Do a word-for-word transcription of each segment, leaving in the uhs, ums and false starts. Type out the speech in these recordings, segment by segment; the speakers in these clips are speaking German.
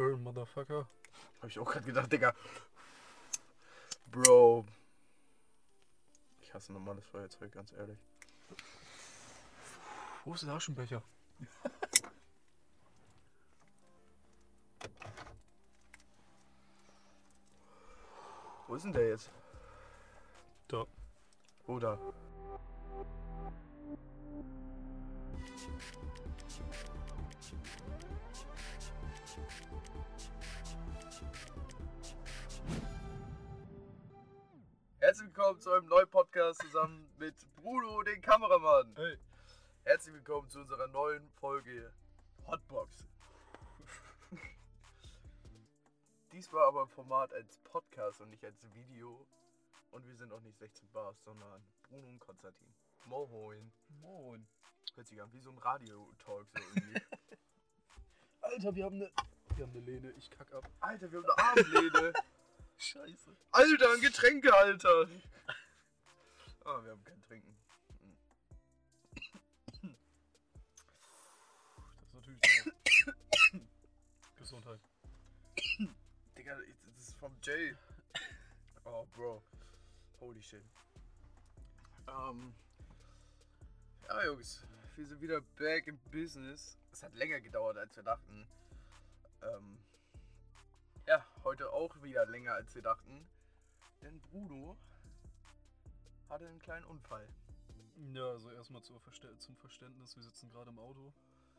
Burn, Motherfucker. Hab ich auch gerade gedacht, Digga. Bro. Ich hasse normales Feuerzeug, ganz ehrlich. Wo ist der Aschenbecher? Wo ist denn der jetzt? Da. Wo da? Herzlich willkommen zu einem neuen Podcast zusammen mit Bruno, den Kameramann. Hey. Herzlich willkommen zu unserer neuen Folge Hotbox. Diesmal aber im Format als Podcast und nicht als Video. Und wir sind auch nicht sechzehn Bars, sondern Bruno und Konstantin. Moin. Moin. Hört sich an wie so ein Radio-Talk so irgendwie. Alter, wir haben eine. Wir haben eine Lehne, ich kack ab. Alter, wir haben eine Armlehne. Scheiße. Alter, ein Getränkehalter. Ah, wir haben kein Trinken. Das ist natürlich doof. Gesundheit. Digga, das ist vom Jay. Oh, Bro. Holy shit. Ähm. Ja, Jungs. Wir sind wieder back in business. Es hat länger gedauert, als wir dachten. Ähm. Ja, heute auch wieder länger, als wir dachten. Denn Bruno hatte einen kleinen Unfall. Ja, also erstmal zum Verständnis, wir sitzen gerade im Auto.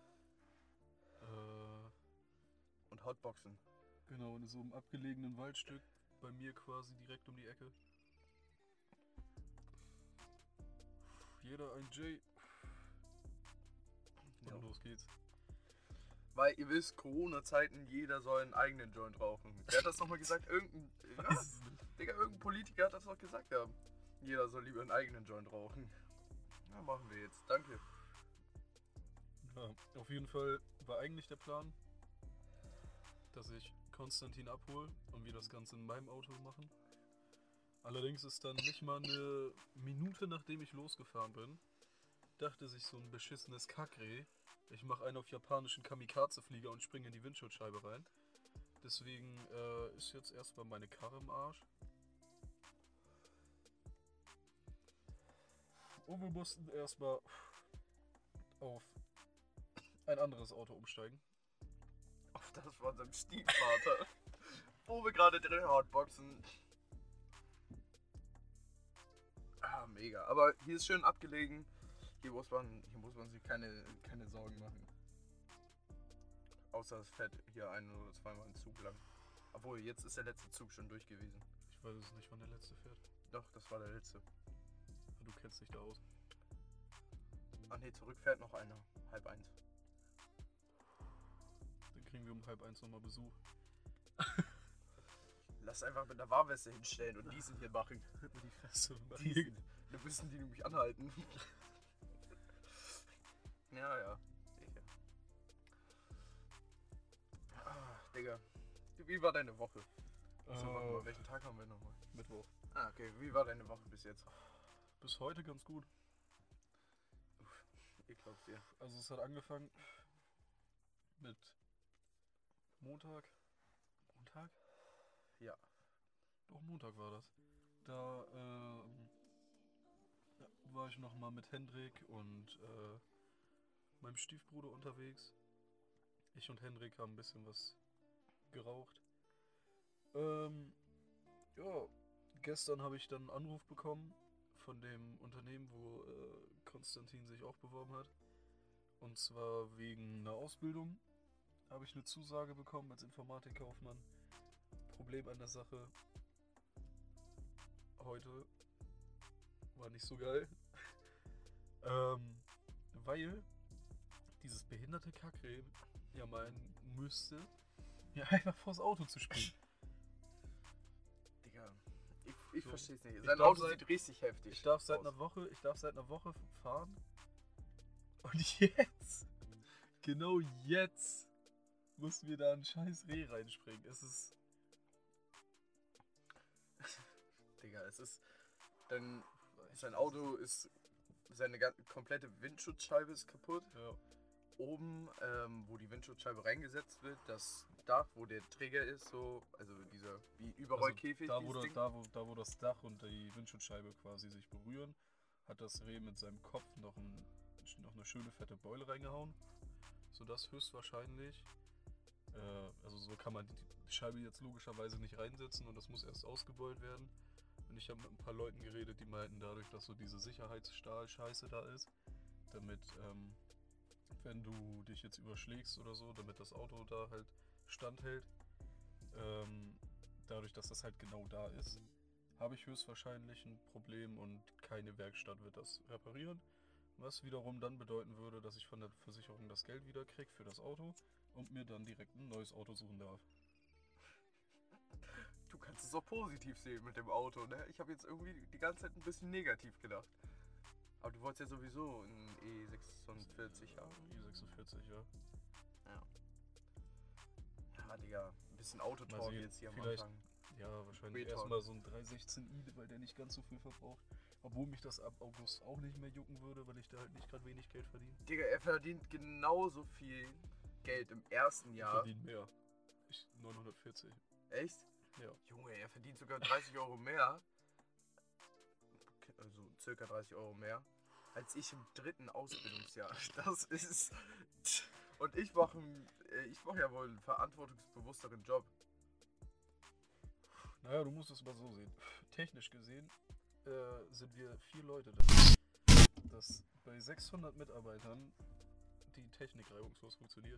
Äh, Und Hotboxen. genau, in so einem abgelegenen Waldstück, bei mir quasi direkt um die Ecke. Jeder ein J. Und Ja. los geht's. Weil ihr wisst, Corona-Zeiten, jeder soll einen eigenen Joint rauchen. Wer hat das nochmal gesagt? Irgendein, ja, Digga, irgendein Politiker hat das doch gesagt, ja. Jeder soll lieber einen eigenen Joint rauchen. Ja, machen wir jetzt. Danke. Ja, auf jeden Fall war eigentlich der Plan, dass ich Konstantin abhole und wir das Ganze in meinem Auto machen. Allerdings ist dann nicht mal eine Minute, nachdem ich losgefahren bin, dachte sich so ein beschissenes Kackreh, ich mache einen auf japanischen Kamikaze-Flieger und springe in die Windschutzscheibe rein. Deswegen äh, ist jetzt erstmal meine Karre im Arsch. Und wir mussten erstmal auf ein anderes Auto umsteigen. Auf das von seinem Stiefvater. Wo wir gerade drin Hotboxen. Ah, mega. Aber hier ist schön abgelegen. Hier muss man, hier muss man sich keine, keine Sorgen machen. Außer es fährt hier ein oder zweimal ein Zug lang. Obwohl, jetzt ist der letzte Zug schon durch gewesen. Ich weiß es nicht, wann der letzte fährt. Doch, das war der letzte. Du kennst dich da aus. Ach nee, zurück fährt noch einer. Halb eins. Dann kriegen wir um halb eins nochmal Besuch. Lass einfach mit einer Warnweste hinstellen und diesen hier machen. Die Fresse. Diesen. Dann müssen die nämlich anhalten. Ja, ja. Sicher. Ah, Digga. Wie war deine Woche? Achso, warte mal, welchen Tag haben wir nochmal? Mittwoch. Ah, okay. Wie war deine Woche bis jetzt? Bis heute ganz gut. Uff, ich glaub's dir. Also es hat angefangen mit Montag. Montag? Ja. Doch, Montag war das. Da ähm, ja, war ich nochmal mit Hendrik und äh, meinem Stiefbruder unterwegs. Ich und Hendrik haben ein bisschen was geraucht. Ähm, ja, gestern habe ich dann einen Anruf bekommen von dem Unternehmen, wo äh, Konstantin sich auch beworben hat. Und zwar wegen einer Ausbildung habe ich eine Zusage bekommen als Informatikkaufmann. Problem an der Sache heute war nicht so geil. ähm, weil dieses behinderte Kackreh ja meinen müsste, mir einfach vors Auto zu springen. Digga. Ich, ich So. versteh's nicht. Ich Sein darf Auto seit- sieht richtig heftig Ich darf seit aus. einer Woche, ich darf seit einer Woche fahren. Und jetzt, genau jetzt, mussten wir da ein scheiß Reh reinspringen. Es ist. Digga, es ist. Dann. Sein Auto ist. Seine ganze komplette Windschutzscheibe ist kaputt. Ja. oben, ähm, wo die Windschutzscheibe reingesetzt wird, das Dach, wo der Träger ist, so, also dieser wie Überrollkäfig. Also da, wo dieses da, Ding. da, wo, da, wo das Dach und die Windschutzscheibe quasi sich berühren, hat das Reh mit seinem Kopf noch, ein, noch eine schöne fette Beule reingehauen. Sodass höchstwahrscheinlich, äh, also so kann man die, die Scheibe jetzt logischerweise nicht reinsetzen und das muss erst ausgebeult werden. Und ich habe mit ein paar Leuten geredet, die meinten, dadurch, dass so diese Sicherheitsstahl-Scheiße da ist, damit, ähm, wenn du dich jetzt überschlägst oder so, damit das Auto da halt standhält, ähm, dadurch, dass das halt genau da ist, habe ich höchstwahrscheinlich ein Problem und keine Werkstatt wird das reparieren. Was wiederum dann bedeuten würde, dass ich von der Versicherung das Geld wieder kriege für das Auto und mir dann direkt ein neues Auto suchen darf. Du kannst es auch positiv sehen mit dem Auto, ne? Ich habe jetzt irgendwie die ganze Zeit ein bisschen negativ gedacht. Aber du wolltest ja sowieso ein E sechsundvierzig haben. E sechsundvierzig, ja. Ja. Ja, Digga, ein bisschen Autotalk sehen, jetzt hier am vielleicht- Anfang. Ja, wahrscheinlich Retalk. erstmal so ein drei sechzehn i, weil der nicht ganz so viel verbraucht. Obwohl mich das ab August auch nicht mehr jucken würde, weil ich da halt nicht gerade wenig Geld verdiene. Digga, er verdient genauso viel Geld im ersten Ich Jahr. verdiene mehr. Ich neunhundertvierzig. Echt? Ja. Junge, er verdient sogar dreißig Euro mehr. Also circa dreißig Euro mehr. Als ich im dritten Ausbildungsjahr. Das ist. Und ich mache ich mach ja wohl einen verantwortungsbewussteren Job. Naja, du musst es mal so sehen. Technisch gesehen äh, sind wir vier Leute da. Dass bei sechshundert Mitarbeitern die Technik reibungslos funktioniert.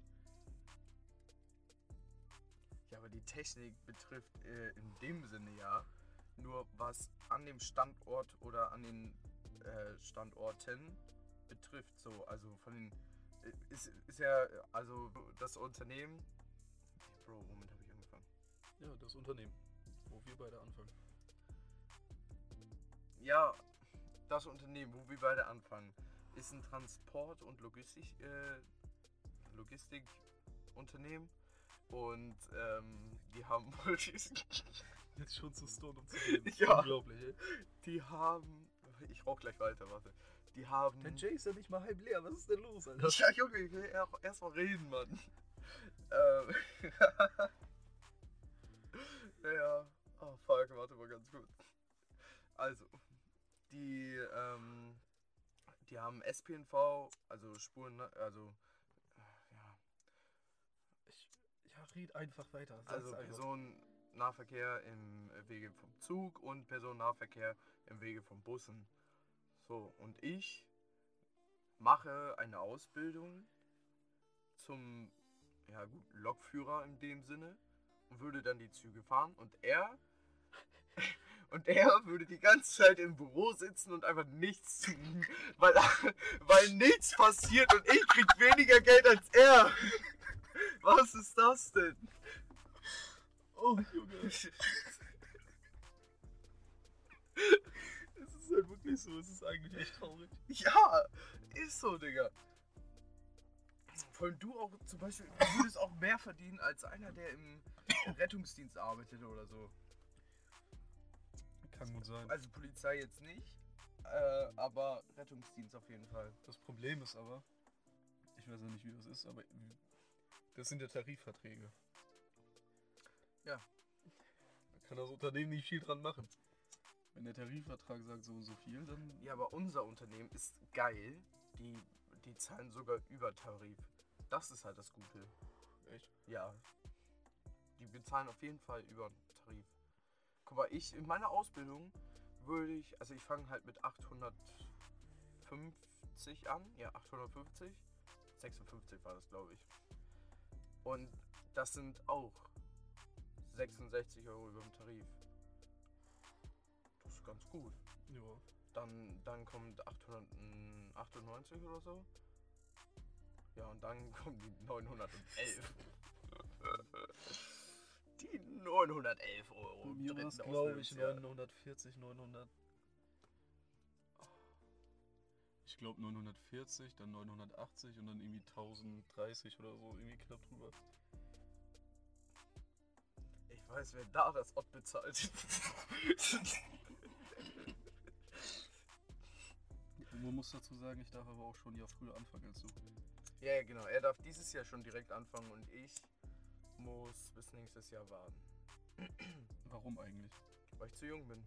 Ja, aber die Technik betrifft äh, in dem Sinne ja nur, was an dem Standort oder an den äh, Standorten betrifft. So, also von den. Äh, ist, ist ja, also das Unternehmen. Bro, womit habe ich angefangen? Ja, das Unternehmen, wo wir beide anfangen. Ja, das Unternehmen, wo wir beide anfangen, ist ein Transport- und Logistik, äh, Logistikunternehmen. Und ähm, die haben wohl. Jetzt schon zu Stone, um zu reden. Ja. Unglaublich, ey. Die haben. Ich rauch gleich weiter, warte. Die haben. Der Jay ist ja nicht mal halb leer. Was ist denn los, Alter? Ja, Junge, ich will erst mal reden, Mann. ähm. ja. Oh, fuck, warte mal ganz kurz. Also, die, ähm. Die haben S P N V, also Spuren, also. Ja. Ich, ja, red einfach weiter. Sag's Also einfach. Personennahverkehr im Wege vom Zug und Personennahverkehr im Wege von Bussen. So, und ich mache eine Ausbildung zum ja gut, Lokführer in dem Sinne und würde dann die Züge fahren und er und er würde die ganze Zeit im Büro sitzen und einfach nichts tun, weil, weil nichts passiert und ich krieg weniger Geld als er. Was ist das denn? Oh, Junge. Es ist halt wirklich so. Es ist eigentlich echt traurig. Ja, ist so, Digga. Vor allem du auch zum Beispiel, du würdest auch mehr verdienen als einer, der im Rettungsdienst arbeitet oder so. Kann gut sein. Also Polizei jetzt nicht, äh, aber Rettungsdienst auf jeden Fall. Das Problem ist aber, ich weiß ja nicht, wie das ist, aber das sind ja Tarifverträge. Ja. Da kann das Unternehmen nicht viel dran machen. Wenn der Tarifvertrag sagt so und so viel, dann... Ja, aber unser Unternehmen ist geil. Die, die zahlen sogar über Tarif. Das ist halt das Gute. Echt? Ja. Die bezahlen auf jeden Fall über Tarif. Guck mal, ich in meiner Ausbildung würde ich, also ich fange halt mit achthundertfünfzig an. Ja, achthundertfünfzig. sechsundfünfzig war das, glaube ich. Und das sind auch sechsundsechzig Euro über dem Tarif. Das ist ganz gut. Ja. Dann, dann kommt achthundertachtundneunzig oder so. Ja, und dann kommen die neunhundertelf. Die neunhundertelf Euro. Bei im mir war dritten es, glaube ich, Ausbildungsjahr. neunhundertvierzig, neunhundert... Ich glaube neunhundertvierzig, dann neunhundertachtzig und dann irgendwie tausenddreißig oder so, irgendwie knapp drüber. Ich weiß, wer da das Ott bezahlt. Man muss dazu sagen, ich darf aber auch schon ein Jahr früher anfangen als du. Ja, ja, genau. Er darf dieses Jahr schon direkt anfangen und ich muss bis nächstes Jahr warten. Warum eigentlich? Weil ich zu jung bin.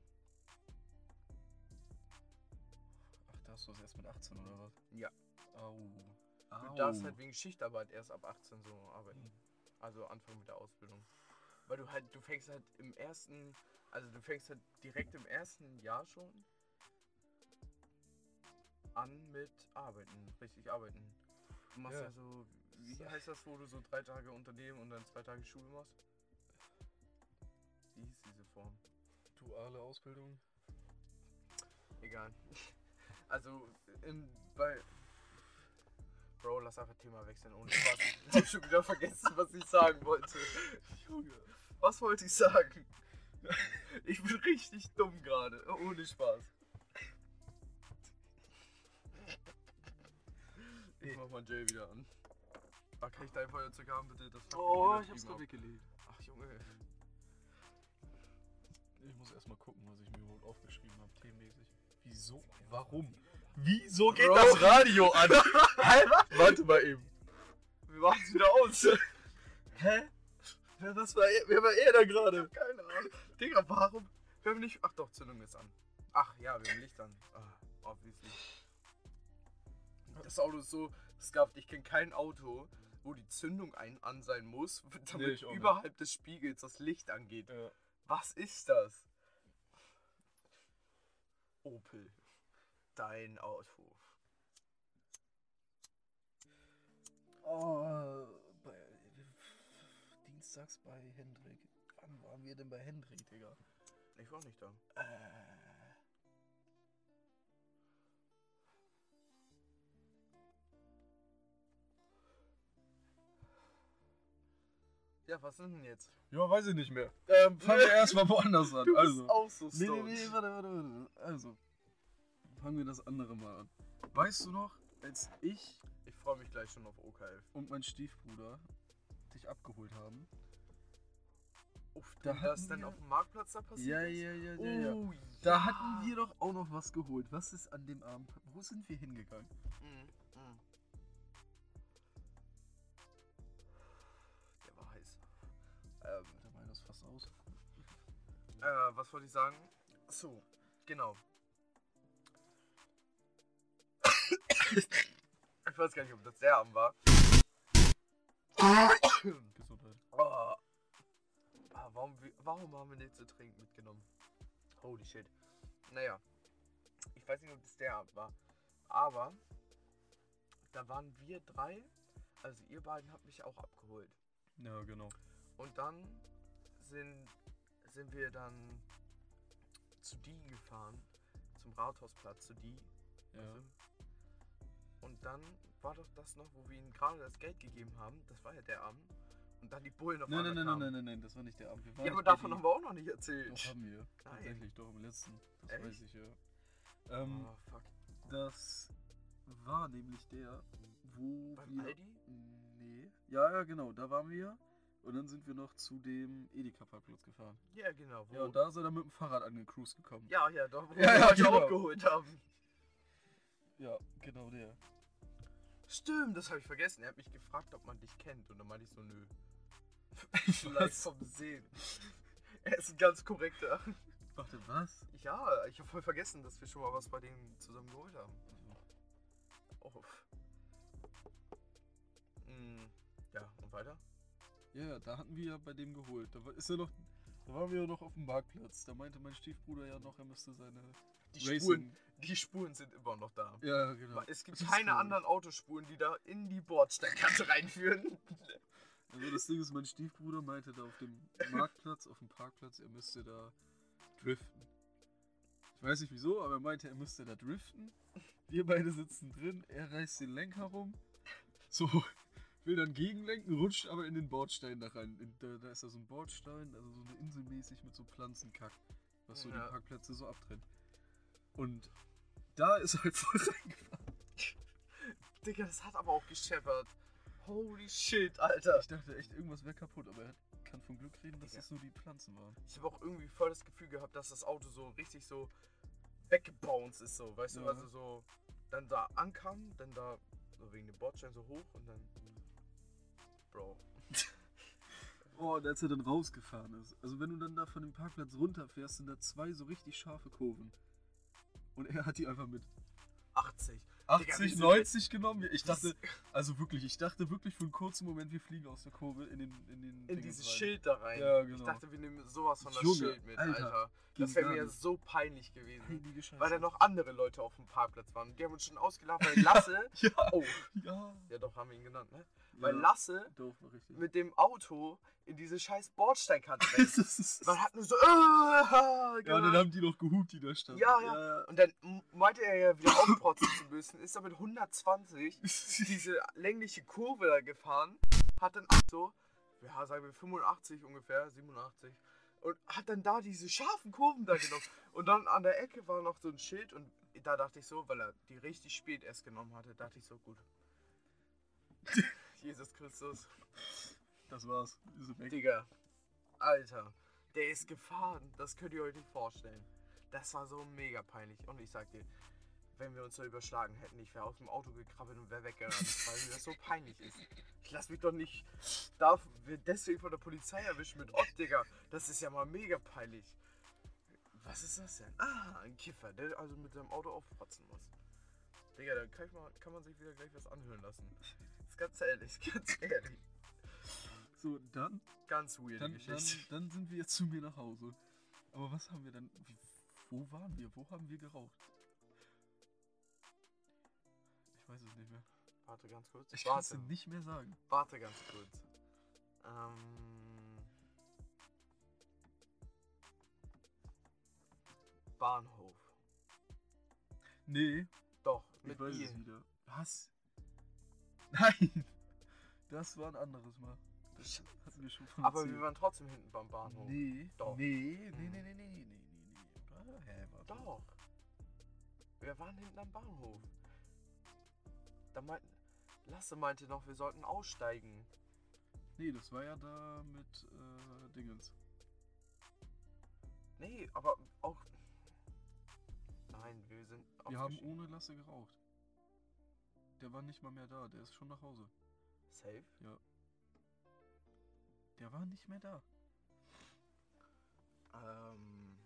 Ach, darfst du das erst mit achtzehn oder was? Ja. Au. Du Au. darfst halt wegen Schichtarbeit erst ab achtzehn so arbeiten. Also anfangen mit der Ausbildung. Weil du halt, du fängst halt im ersten, also du fängst halt direkt im ersten Jahr schon an mit Arbeiten, richtig arbeiten. Du machst ja, Ja. so, wie heißt das, wo du so drei Tage Unternehmen und dann zwei Tage Schule machst? Wie hieß diese Form? Duale Ausbildung? Egal. Also, im, bei... Bro, lass einfach Thema wechseln, ohne Spaß. Ich hab schon wieder vergessen, was ich sagen wollte. Junge, was wollte ich sagen? Ich bin richtig dumm gerade, ohne Spaß. Ich mach mal Jay wieder an. Ach, kann ich dein Feuerzeug haben, bitte? Das Oh, ich hab's gerade weggelegt. Ach, Junge. Ich muss erstmal gucken, was ich mir überhaupt aufgeschrieben habe, themenmäßig. Wieso? Warum? Wieso geht Bro. das Radio an? Hä? Warte mal eben. Wir machen es wieder aus. Hä? Wer, was war er, wer war er da gerade? Keine Ahnung. Digga, warum? Wir haben nicht... Ach doch, Zündung ist an. Ach ja, wir haben Licht an. Ah, obviously. Das Auto ist so scuffed. Ich kenne kein Auto, wo die Zündung ein an sein muss, damit Nee, ich auch nicht. überhalb des Spiegels das Licht angeht. Ja. Was ist das? Opel. Dein Auto. Oh, bei, dienstags bei Hendrik. Wann waren wir denn bei Hendrik, Digga? Ich war nicht da. Äh. Ja, was sind denn jetzt? Ja, weiß ich nicht mehr. Ähm, fangen wir erstmal woanders an. Du bist Also. auch so Nee, stoned. nee, nee, warte, warte, warte. Also, fangen wir das andere mal an. Weißt du noch, als ich Ich freue mich gleich schon auf O K F. und mein Stiefbruder dich abgeholt haben? Uff, Da da das hatten dann wir- auf dem Marktplatz da passiert Ja, ist? ja, ja, ja, ja. Oh, Da ja. hatten wir doch auch noch was geholt. Was ist an dem Abend? Wo sind wir hingegangen? Mm, mm. Der war heiß. Ähm, Der Wein ist fast aus. äh, was wollte ich sagen? So, genau. Ich weiß gar nicht, ob das der Abend war. Gesundheit. Oh. Ah, warum, wi- warum haben wir nichts zu trinken mitgenommen? Holy shit. Naja, ich weiß nicht, ob das der Abend war. Aber da waren wir drei, also ihr beiden habt mich auch abgeholt. Ja, genau. Und dann sind, sind wir dann zu Die gefahren, zum Rathausplatz zu Die. Ja. Also, und dann war doch das noch, wo wir ihnen gerade das Geld gegeben haben. Das war ja der Abend. Und dann die Bullen auf Nein, nein, einmal nein, nein, kamen. nein, nein, nein, das war nicht der Abend. Wir waren Ja, aber nicht bei davon die- haben wir auch noch nicht erzählt. Doch, haben wir. Tatsächlich, doch, im letzten. Das Echt? weiß ich, ja. Ähm, Oh, fuck. das war nämlich der, wo Beim wir... Aldi? Nee. Ja, ja, genau, da waren wir. Und dann sind wir noch zu dem Edeka-Parkplatz gefahren. Ja, genau. Wo Ja, und da ist er dann mit dem Fahrrad angecruised gekommen. ja, ja, da wo Ja, wir ja, euch genau. aufgeholt haben. Ja, genau der. Stimmt, das habe ich vergessen. Er hat mich gefragt, ob man dich kennt. Und dann meinte ich so, nö. Vielleicht vom Sehen. Er ist ein ganz korrekter. Warte, was? Ja, ich habe voll vergessen, dass wir schon mal was bei denen zusammen geholt haben. Oh. Mm, ja, und weiter? Ja, da hatten wir ja bei dem geholt. Da war, ist er noch, da waren wir ja noch auf dem Marktplatz. Da meinte mein Stiefbruder ja noch, er müsste seine Die Racing... Spuren, die Spuren sind immer noch da. Ja, genau. Es gibt Das ist keine cool. anderen Autospuren, die da in die Bordsteinkante reinführen. Also das Ding ist, mein Stiefbruder meinte da auf dem Marktplatz, auf dem Parkplatz, er müsste da driften. Ich weiß nicht wieso, aber er meinte, er müsste da driften. Wir beide sitzen drin, er reißt den Lenker rum, so, will dann gegenlenken, rutscht aber in den Bordstein da rein. In, da, da ist da so ein Bordstein, also so eine Insel mäßig mit so Pflanzenkack, was so Ja. die Parkplätze so abtrennt. Und da ist er halt voll reingefahren. Digga, das hat aber auch gescheppert. Holy shit, Alter. Ich dachte echt, irgendwas wäre kaputt, aber er kann vom Glück reden, dass Digga. das nur die Pflanzen waren. Ich habe auch irgendwie voll das Gefühl gehabt, dass das Auto so richtig so weggebounced ist, so, weißt du, Ja. also so, dann da ankam, dann da So wegen dem Bordstein so hoch und dann. Bro. Oh, und als er dann rausgefahren ist. Also wenn du dann da von dem Parkplatz runterfährst, sind da zwei so richtig scharfe Kurven. Und er hat die einfach mit achtzig. achtzig, neunzig genommen. Ich dachte, also wirklich, ich dachte wirklich für einen kurzen Moment, wir fliegen aus der Kurve in den in den In Dingens dieses rein. Schild da rein. Ja, genau. Ich dachte, wir nehmen sowas von das Junge, Schild mit, Alter. Alter. Ging Das wäre gar mir ja nicht. so peinlich gewesen. Heilige Scheiße. Weil da noch andere Leute auf dem Parkplatz waren. Die haben uns schon ausgelacht, weil Lasse. Ja. Oh. Ja. Ja, doch, haben wir ihn genannt, ne? Ja. Weil Lasse Doch, war richtig. mit dem Auto in diese scheiß Bordsteinkante rennt. Das ist- Man hat nur so. Äh, ja, und dann gehört. haben die noch gehupt, die da standen. Ja, ja. Und dann m- meinte er ja wieder aufprotzen zu müssen, ist er mit hundertzwanzig diese längliche Kurve da gefahren, hat dann so, ja, sagen wir fünfundachtzig ungefähr, siebenundachtzig, und hat dann da diese scharfen Kurven da genommen. Und dann an der Ecke war noch so ein Schild und da dachte ich so, weil er die richtig spät erst genommen hatte, dachte ich so, gut. Jesus Christus. Das war's. Diese weg. Digga, Alter, der ist gefahren, das könnt ihr euch nicht vorstellen. Das war so mega peinlich. Und ich sag dir, wenn wir uns da überschlagen hätten, ich wäre aus dem Auto gekrabbelt und wäre weggerannt, weil mir das so peinlich ist. Ich lass mich doch nicht darf, wir deswegen von der Polizei erwischen mit Ott, Digga. Das ist ja mal mega peinlich. Was ist das denn? Ah, ein Kiffer, der also mit seinem Auto aufprotzen muss. Digga, dann kann, ich mal, kann man sich wieder gleich was anhören lassen. Ist ganz ehrlich, ganz ehrlich. So, dann, Ganz weirde dann, dann, Geschichte. dann sind wir zu mir nach Hause. Aber was haben wir dann, wie, wo waren wir? Wo haben wir geraucht? Ich weiß es nicht mehr. Warte ganz kurz. Ich kann es Warte, dir nicht mehr sagen. warte ganz kurz. Ähm, Bahnhof. Nee, Doch, ich mit weiß ihr. es wieder. Was? Nein! Das war ein anderes Mal. Das hatten wir schon von Aber erzählt. wir waren trotzdem hinten beim Bahnhof. Nee, Doch. nee, nee, Mhm. nee, nee, nee, nee, nee, nee, nee, oder? Hä, warte. Doch. Wir waren hinten am Bahnhof. Da meinten, Lasse meinte noch, wir sollten aussteigen. Nee, das war ja da mit äh, Dingens. Nee, aber auch... Nein, wir sind Wir haben ausgestiegen. ohne Lasse geraucht. Der war nicht mal mehr da, der ist schon nach Hause. Safe? Der war nicht mehr da. Ähm...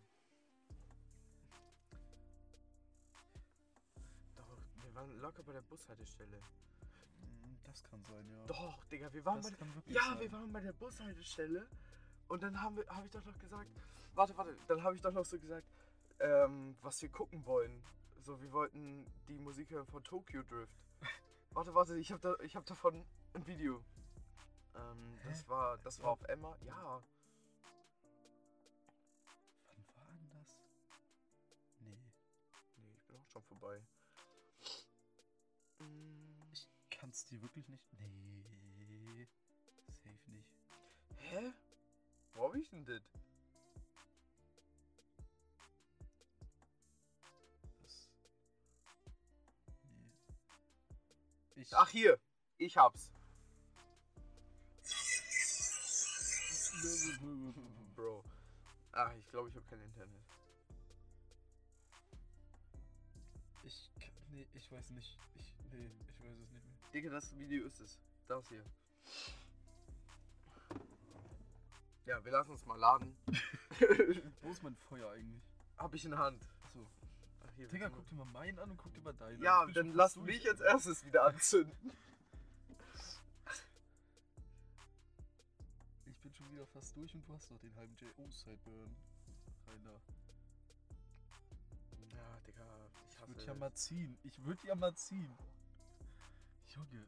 Doch, wir waren locker bei der Bushaltestelle. Hm, Das kann sein, ja. Doch, Digga, wir waren das bei kann wirklich Ja, sein. wir waren bei der Bushaltestelle und dann haben wir, habe ich doch noch gesagt, warte, warte, dann habe ich doch noch so gesagt, ähm, was wir gucken wollen. So, wir wollten die Musik hören von Tokyo Drift. Warte, warte, ich habe da, ich habe davon ein Video. Ähm, Hä? das war, das war auf Emma, ja. Wann war denn das? Nee. Nee, ich bin auch schon vorbei. Mm, Ich kann's dir wirklich nicht. Nee. Safe nicht. Hä? Wo hab ich denn das? Das. Nee. Ich. Ach, hier, ich hab's. Bro. Ach, ich glaube, ich habe kein Internet. Ich. kann- Nee, ich weiß nicht. Ich. Nee, ich weiß es nicht mehr. Digga, das Video ist es. Das hier. Ja, wir lassen uns mal laden. Wo ist mein Feuer eigentlich? Hab ich in der Hand. Achso. Ach, hier, Digga, willst du guck dir mal meinen an und guck dir mal deinen mal- Ja, an. Ich bin dann schon lass fast mich durch. als erstes wieder anzünden. Ich bin schon wieder fast durch und du hast noch den halben J O-Sideburn. Rein da. Ja, Digga, ich Ich hasse würde ja mal ziehen. Ich würde ja mal ziehen. Junge.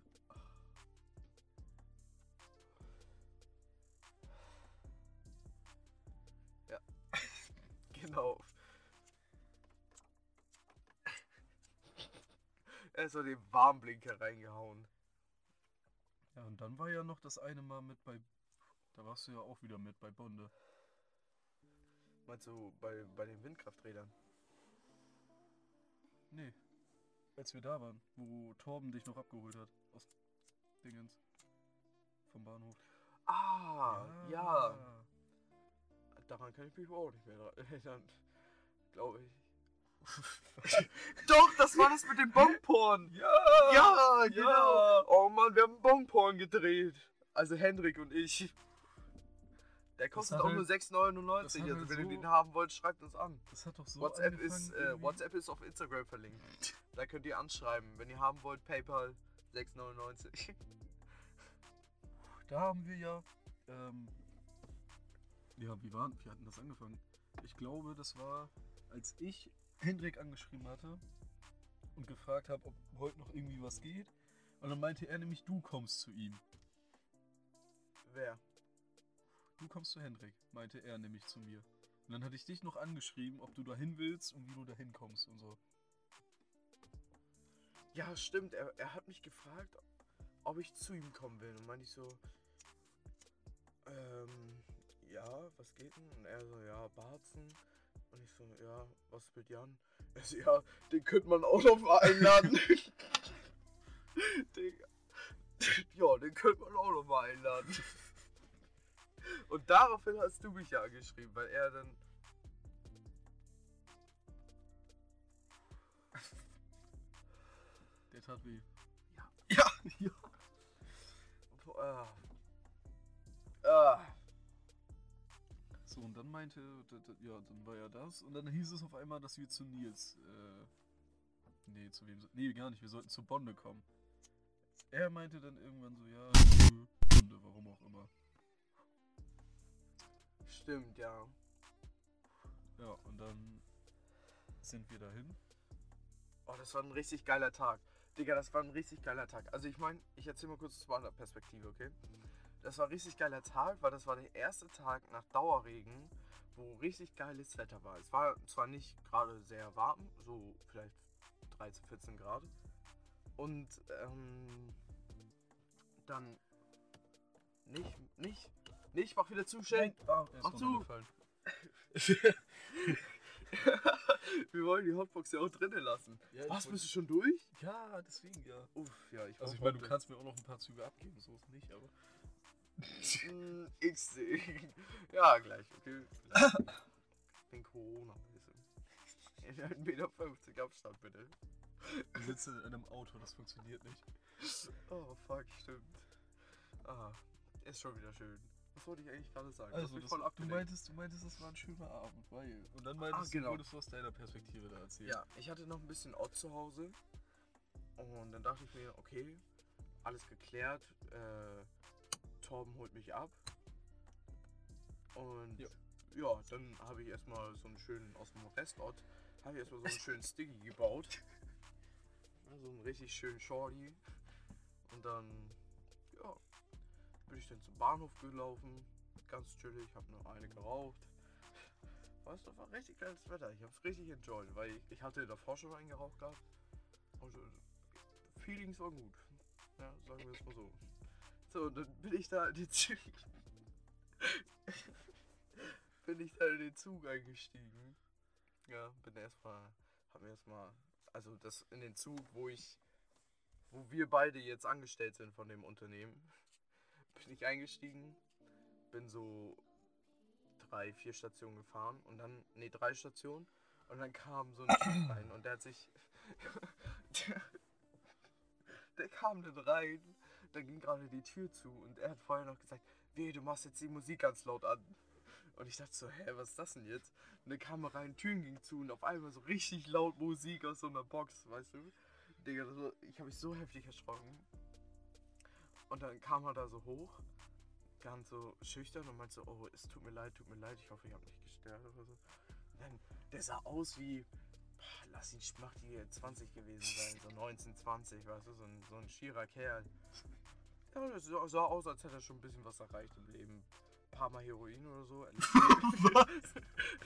Genau. Er ist so den Warnblinker reingehauen. Ja, und dann war ja noch das eine Mal mit bei. Da warst du ja auch wieder mit bei Bonde. Meinst du bei, bei den Windkrafträdern? Nee. Als wir da waren, wo Torben dich noch abgeholt hat. Aus Dingens. Vom Bahnhof. Ah, ja. Daran kann ich mich auch nicht mehr dran erinnern. Glaube ich. Doch, das war das mit dem Bonporn. Ja! Ja, Ja, genau. Ja. Oh Mann, wir haben Bonporn gedreht. Also Hendrik und ich. Der kostet hat auch halt- nur sechs neunundneunzig. das hat Also halt wenn ihr so- den haben wollt, schreibt uns an. Das hat doch so WhatsApp angefangen ist, äh, irgendwie- WhatsApp ist auf Instagram verlinkt. Da könnt ihr anschreiben. Wenn ihr haben wollt, PayPal sechs neunundneunzig. Da haben wir ja, ähm, ja, wie war, wie hatten das angefangen? Ich glaube, das war, als ich Hendrik angeschrieben hatte und gefragt habe, ob heute noch irgendwie was geht. Und dann meinte er nämlich, du kommst zu ihm. Wer? Du kommst zu Hendrik, meinte er nämlich zu mir. Und dann hatte ich dich noch angeschrieben, ob du dahin willst und wie du dahin kommst und so. Ja, stimmt. Er, er hat mich gefragt, ob ich zu ihm kommen will. Und meinte ich so, ähm, ja, was geht denn? Und er so, ja, Barzen. Und ich so, ja, was mit Jan? Er so, ja, den könnte man auch noch mal einladen. den, ja, den könnte man auch noch mal einladen. Und daraufhin hast du mich ja angeschrieben, weil er dann... Der tat weh. Ja. Ja, ja. Ah. Ah. So, und dann meinte, d- d- ja, dann war ja das. Und dann hieß es auf einmal, dass wir zu Nils, äh, nee, zu wem, so- nee, gar nicht, wir sollten zu Bonde kommen. Er meinte dann irgendwann so, ja, nö, Bonde, warum auch immer. Stimmt, ja. Ja, und dann sind wir dahin. Oh, das war ein richtig geiler Tag. Digga, das war ein richtig geiler Tag. Also ich meine, ich erzähl mal kurz aus meiner Perspektive, okay? Das war ein richtig geiler Tag, weil das war der erste Tag nach Dauerregen, wo richtig geiles Wetter war. Es war zwar nicht gerade sehr warm, so vielleicht dreizehn, vierzehn Grad. Und ähm, dann nicht, nicht, nicht, mach wieder zu, Shane. Ah, er ist Mach zu. runtergefallen. Wir wollen die Hotbox ja auch drinnen lassen. Ja, ich Was, wollt- bist du schon durch? Ja, deswegen ja. Uff, ja, ich Also ich brauch meine, du heute- kannst mir auch noch ein paar Züge abgeben, so ist nicht, aber... Mm, X D. Ja, gleich, okay. Gleich. Den Corona in ein Meter fünfzig Abstand, bitte. Wir sitzen in einem Auto, das funktioniert nicht. Oh, fuck, stimmt. Ah, ist schon wieder schön. Was wollte ich eigentlich gerade sagen? Du hast Also, mich das, voll du, abgelenkt. meintest, du meintest, das war ein schöner Abend, weil... Und dann meintest genau. du, wolltest du aus deiner Perspektive da erzählen. Ja, ich hatte noch ein bisschen Ott zu Hause. Und dann dachte ich mir, okay, alles geklärt. Äh, Torben holt mich ab. Und Ja. ja, dann habe ich erstmal so einen schönen, aus dem Restort, habe ich erstmal so einen schönen Sticky gebaut. Ja, so einen richtig schönen Shorty. Und dann, ja, bin ich dann zum Bahnhof gelaufen. Ganz chillig, habe noch eine geraucht. Weißt du, war richtig geiles Wetter. Ich habe es richtig enjoyed, weil ich, ich hatte davor schon einen geraucht gehabt. Und äh, Feelings waren gut. Ja, sagen wir es mal so. So, und dann bin ich da in den Zug. bin ich da in den Zug eingestiegen. Ja, bin erstmal, hab mir erstmal, also das in den Zug, wo ich, wo wir beide jetzt angestellt sind von dem Unternehmen, bin ich eingestiegen, bin so drei, vier Stationen gefahren und dann, nee, drei Stationen und dann kam so ein Typ rein und der hat sich, der, der kam dann rein, dann ging gerade die Tür zu und er hat vorher noch gesagt, weh, du machst jetzt die Musik ganz laut an. Und ich dachte so, hä, was ist das denn jetzt? Und dann kam er rein, Türen ging zu und auf einmal so richtig laut Musik aus so einer Box, weißt du? Digga, das war, ich habe mich so heftig erschrocken. Und dann kam er da so hoch, ganz so schüchtern und meinte so, oh, es tut mir leid, tut mir leid, ich hoffe, ich habe nicht gestört oder so. Und dann, der sah aus wie, boah, lass ihn schmachtige zwanzig gewesen sein, so neunzehn, zwanzig, weißt du, so ein, so ein schierer Kerl. Ja, das sah, sah aus, als hätte er schon ein bisschen was erreicht im Leben. Ein paar Mal Heroin oder so. Was?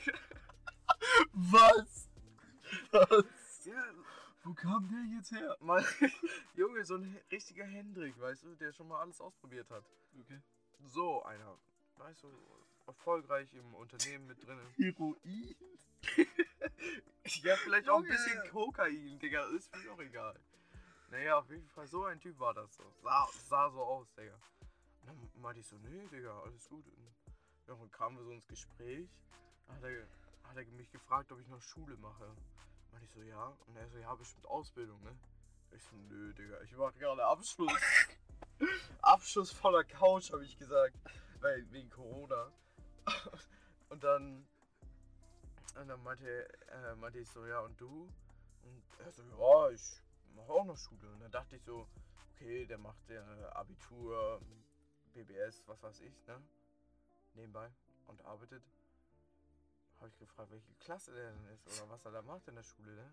Was? Was? Ja, Wo kam der jetzt her? mal, Junge, so ein richtiger Hendrik, weißt du, der schon mal alles ausprobiert hat. Okay. So einer, weißt du, erfolgreich im Unternehmen mit drin. Heroin? Ja, vielleicht auch ein Junge. bisschen Kokain, Digga, ist mir auch egal. Naja, auf jeden Fall, so ein Typ war das so. Sah, sah so aus, Digga. Und dann meinte ich so, nee, Digga, alles gut. Und ja, dann kamen wir so ins Gespräch. Dann hat er, hat er mich gefragt, ob ich noch Schule mache. Meinte ich so, ja. Und er so, ja, bestimmt Ausbildung, ne? Ich so, nö, Digga, ich mache gerade Abschluss. Abschluss von der Couch, habe ich gesagt. Weil, wegen Corona. Und dann, und dann meinte, äh, meinte ich so, ja, und du? Und er so, ja, ich mache auch noch Schule. Und dann dachte ich so, okay, der macht äh, Abitur, B B S, was weiß ich, ne? Nebenbei und arbeitet. Habe ich gefragt, welche Klasse der denn ist oder was er da macht in der Schule, ne?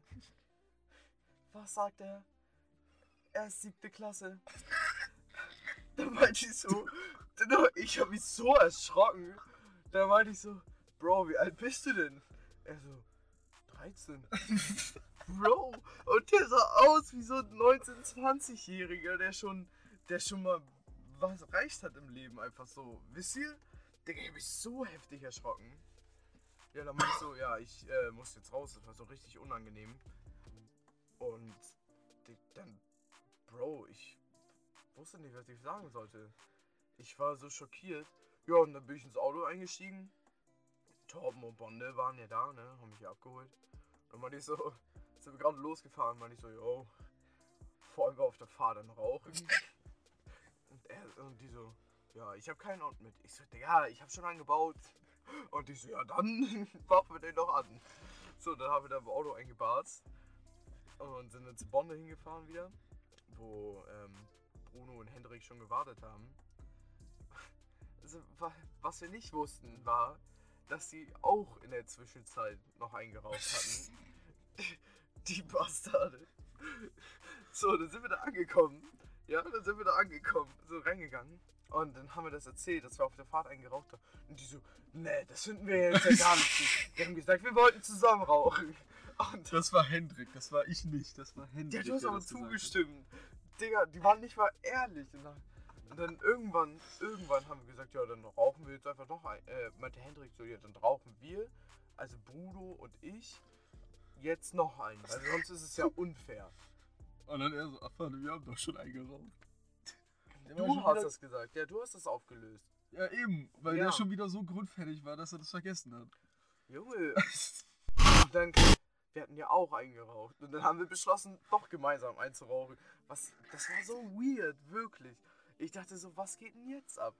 Was sagt er? Er ist siebte Klasse. Da meinte ich so, ich habe mich so erschrocken. Da meinte ich so, Bro, wie alt bist du denn? Er so, dreizehn. Bro, und der sah aus wie so ein neunzehn-, zwanzigjähriger, der schon, der schon mal was erreicht hat im Leben, einfach so. Wisst ihr? Digga, ich hab mich so heftig erschrocken. Ja, dann meinte ich so, ja, ich äh, muss jetzt raus, das war so richtig unangenehm. Und die, dann, Bro, ich wusste nicht, was ich sagen sollte. Ich war so schockiert. Ja, und dann bin ich ins Auto eingestiegen. Torben und Bonde waren ja da, ne, haben mich hier abgeholt. Und meinte ich so, sind wir gerade losgefahren, meinte ich so, yo, vor allem auf der Fahrt dann rauchen. Und, er, und die so, ja, ich habe keinen Ort mit. Ich so, Digga, ich habe schon angebaut. Und die so, ja, dann machen wir den doch an. So, dann haben wir da im Auto eingebarzt und sind dann zu Bonde hingefahren wieder, wo ähm, Bruno und Hendrik schon gewartet haben. Also, was wir nicht wussten, war, dass sie auch in der Zwischenzeit noch eingeraucht hatten. Die Bastarde. So, dann sind wir da angekommen. Ja, dann sind wir da angekommen, so reingegangen. Und dann haben wir das erzählt, dass wir auf der Fahrt eingeraucht haben. Und die so, nee, das finden wir jetzt ja gar nicht gut. Die haben gesagt, wir wollten zusammen rauchen. Und das war Hendrik, das war ich nicht, das war Hendrik. Ja, du hast aber zugestimmt. Digga, die waren nicht mal ehrlich. Und dann, und dann irgendwann, irgendwann haben wir gesagt, ja, dann rauchen wir jetzt einfach noch ein. Äh, meinte Hendrik so, ja, dann rauchen wir, also Bruno und ich, jetzt noch einen. Weil sonst ist es ja unfair. Und dann er so, ach warte, wir haben doch schon eingeraucht. Du hast das gesagt, ja, du hast das aufgelöst. Ja, eben, weil Ja. der schon wieder so grundfertig war, dass er das vergessen hat. Junge. Und dann, wir hatten ja auch eingeraucht. Und dann haben wir beschlossen, doch gemeinsam einzurauchen. Was, das war so weird, wirklich. Ich dachte so, was geht denn jetzt ab?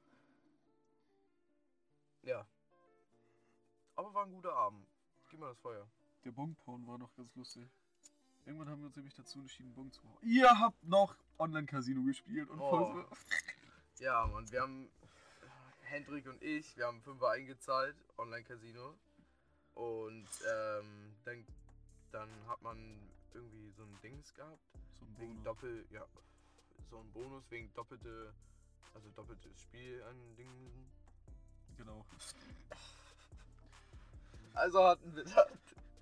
Ja. Aber war ein guter Abend. Gib mal das Feuer. Der Bongporn war noch ganz lustig. Irgendwann haben wir uns nämlich dazu entschieden, Bong zu hauen. Ihr habt noch Online-Casino gespielt und Oh. voll Ja, Mann, wir haben, Hendrik und ich, wir haben Fünfer eingezahlt, Online-Casino. Und ähm, dann, dann hat man irgendwie so ein Dings gehabt. so ein Wegen Bonus. Doppel, ja, so ein Bonus wegen doppelte, also doppeltes Spiel an Dingen. Genau. Also hatten wir dann,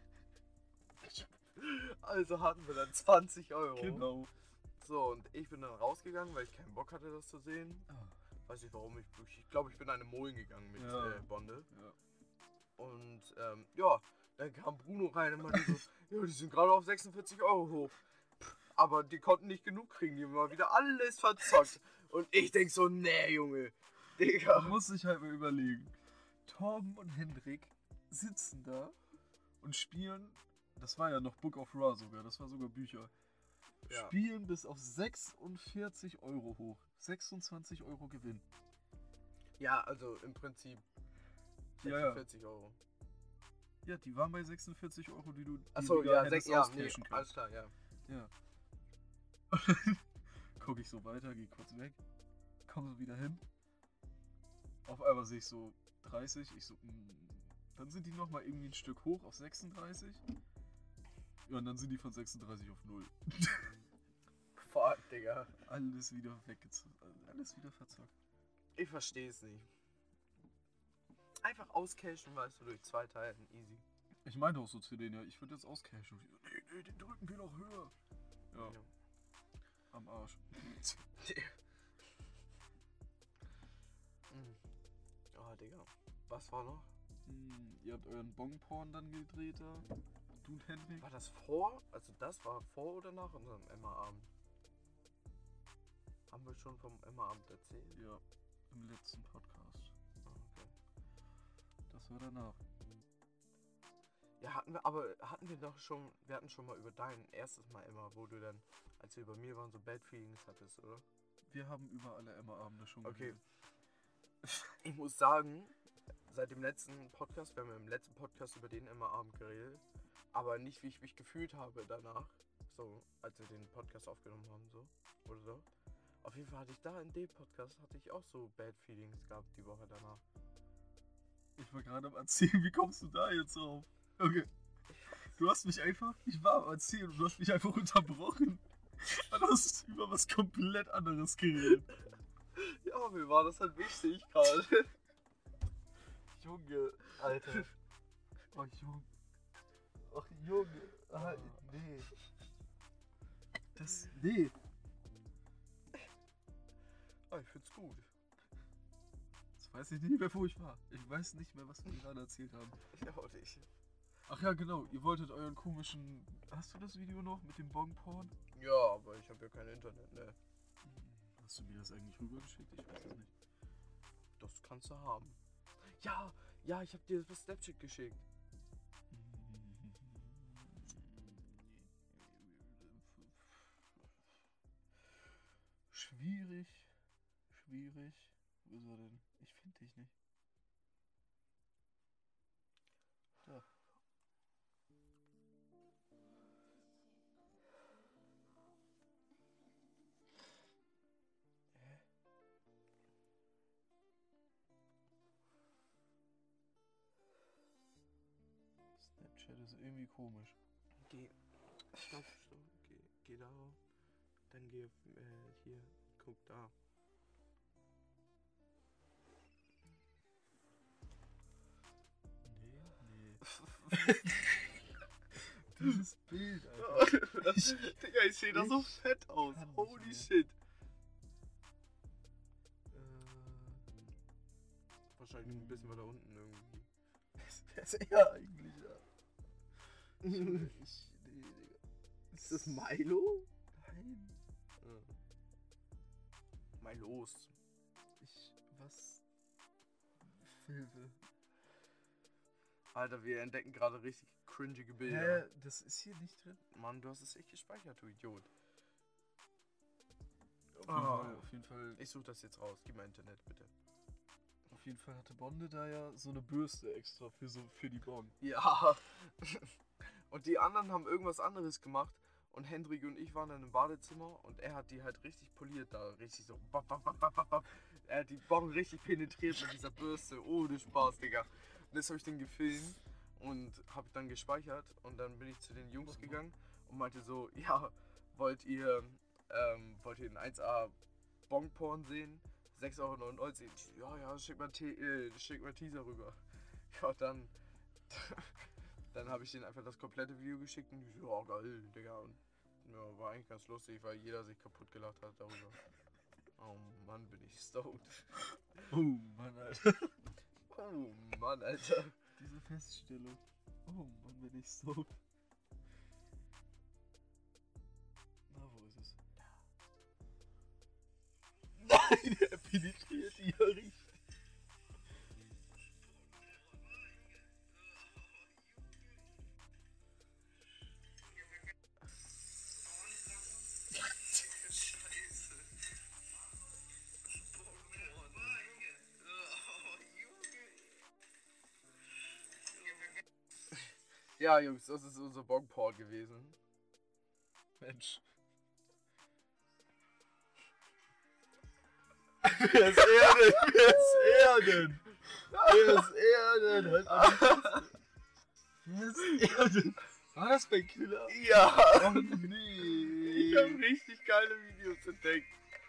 also hatten wir dann zwanzig Euro. Genau. So, und ich bin dann rausgegangen, weil ich keinen Bock hatte, das zu sehen. Weiß nicht warum, ich, ich glaube, ich bin eine Molen gegangen mit Ja. äh, Bonde. Ja. Und ähm, ja, dann kam Bruno rein und meinte so, ja, die sind gerade auf sechsundvierzig Euro hoch. Pff, aber die konnten nicht genug kriegen, die haben mal wieder alles verzockt. Und ich denk so, nee, Junge, Digga. Man muss sich halt mal überlegen. Torben und Hendrik sitzen da und spielen, das war ja noch Book of Ra sogar, das war sogar Bücher, Ja. spielen bis auf sechsundvierzig Euro hoch. sechsundzwanzig Euro Gewinn. Ja, also im Prinzip Ja, ja. sechsundvierzig Euro. Ja, die waren bei sechsundvierzig Euro, die du die Achso, du da ja, hättest sech, ja, nee, auscashen können. alles klar, ja. Ja. Guck ich so weiter, geh kurz weg, komm so wieder hin. Auf einmal sehe ich so dreißig, ich so, mm, dann sind die nochmal irgendwie ein Stück hoch auf sechsunddreißig. Ja, und dann sind die von sechsunddreißig auf null. Fuck, Digga. Alles wieder weggezogen, alles wieder verzockt. Ich versteh's nicht. Einfach auscashen, weißt du, durch zwei Teilen, easy. Ich meinte auch so zu denen, ja, ich würde jetzt auscashen. Und die so, nee, nee, den drücken wir noch höher. Ja, Ja. am Arsch. Mhm. Oh, Digga. Was war noch? Hm, ihr habt euren Bongporn dann gedreht da. Du und Hendrik. War das vor? Also das war vor oder nach unserem Emma-Abend? Haben wir schon vom Emma-Abend erzählt? Ja, im letzten Podcast. Ah, okay. Das war danach. Ja, hatten wir, aber hatten wir doch schon, wir hatten schon mal über dein erstes Mal Emma, wo du dann, als wir bei mir waren, so Bad Feelings hattest, oder? Wir haben über alle Emma-Abende schon Okay. geredet. Ich muss sagen, seit dem letzten Podcast, wir haben ja im letzten Podcast über den Emma-Abend geredet, aber nicht, wie ich mich gefühlt habe danach, so, als wir den Podcast aufgenommen haben, so, oder so. Auf jeden Fall hatte ich da in dem Podcast, hatte ich auch so Bad Feelings gehabt die Woche danach. Ich war gerade am Erzählen, wie kommst du da jetzt drauf? Okay. Du hast mich einfach, ich war am Erzählen und du hast mich einfach unterbrochen. Und hast über was komplett anderes geredet. Ja, mir war das halt wichtig gerade. Junge, Alter. Oh, Junge. Ach, Junge. Ah, nee. Das, nee. Ah, ich find's gut. Jetzt weiß ich nicht mehr, wo ich war. Ich weiß nicht mehr, was wir gerade erzählt haben. Ich auch nicht. Ach ja, genau. Ihr wolltet euren komischen... Hast du das Video noch mit dem Bong-Porn? Ja, aber ich habe ja kein Internet, ne? Hast du mir das eigentlich rübergeschickt? Ich weiß es nicht. Das kannst du haben. Ja, ja, ich habe dir das per Snapchat geschickt. Schwierig. Schwierig. Wo ist er denn? Ich finde dich nicht. Da. Snapchat ist irgendwie komisch. Geh. Stopp, stopp. Geh, geh da. Dann geh auf, äh, hier. Guck da. Nee, nee. Dieses Bild, Alter. Ich, Digga, ich sehe da so ich fett aus. kann nicht Holy mehr. shit. Äh, wahrscheinlich ein bisschen weiter unten irgendwie. Das ist er eigentlich, ja. Ich, nee, Digga. Ist das Milo? Nein. Ja. Milos. Ich, was? Filme. Alter, wir entdecken gerade richtig cringige Bilder. Hä? Das ist hier nicht drin? Mann, du hast es echt gespeichert, du Idiot. Auf jeden, Ah. Fall, auf jeden Fall. Ich suche das jetzt raus. Gib mal Internet, bitte. Auf jeden Fall hatte Bonde da ja so eine Bürste extra für so für die Bon. Ja. Und die anderen haben irgendwas anderes gemacht. Und Hendrik und ich waren dann im Badezimmer und er hat die halt richtig poliert da. Richtig so. Bap, bap, bap, bap, bap. Er hat die Bon richtig penetriert mit dieser Bürste. Ohne Spaß, Digga. Und das habe ich dann gefilmt und habe dann gespeichert. Und dann bin ich zu den Jungs gegangen und meinte so, ja, wollt ihr, ähm, wollt ihr einen eins A Bon-Porn sehen? sechs Euro neunundneunzig. Ja, ja, schick mal, Te äh, schick mal Teaser rüber. Ja, dann, dann habe ich denen einfach das komplette Video geschickt und die so, ja, geil, Digga. Und ja, war eigentlich ganz lustig, weil jeder sich kaputt gelacht hat darüber. Oh Mann, bin ich stoned. Oh Mann, Alter. Oh Mann, Alter. Diese Feststellung. Oh Mann, bin ich so. Na, wo ist es? Nein, er penetriert die ja richtig. Ja, Jungs, das ist unser Bong-Porn gewesen. Mensch. Wer ist er denn? Wer ist er denn? Wer ist er denn? Halt mal die Fresse. Wer ist er denn? War das bei Killer? Ja. Oh nee. Ich habe richtig geile Videos entdeckt.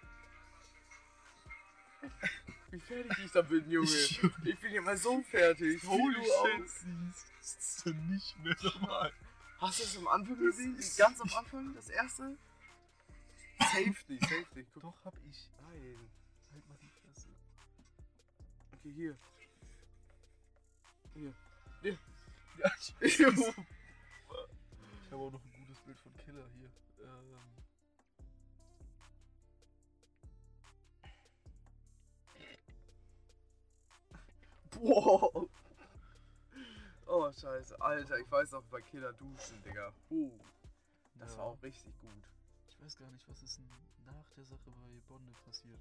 Wie fertig ich da bin, Junge. Ich bin ja mal so fertig. Holy Wie du shit. aussiehst, das ist ja nicht mehr normal. Hast du es am Anfang gesehen? Ganz am Anfang? Das erste? Safety, safety. Guck. Doch, hab ich. Nein. Halt mal die Fresse. Okay, hier. Hier. Ja, ich, Ich ich habe auch noch ein gutes Bild von Killer hier. Ähm. Boah. Oh, scheiße. Alter, ich weiß noch bei Killer duschen, Digga. Uh, das Ja. war auch richtig gut. Ich weiß gar nicht, was ist denn nach der Sache bei Bonde passiert.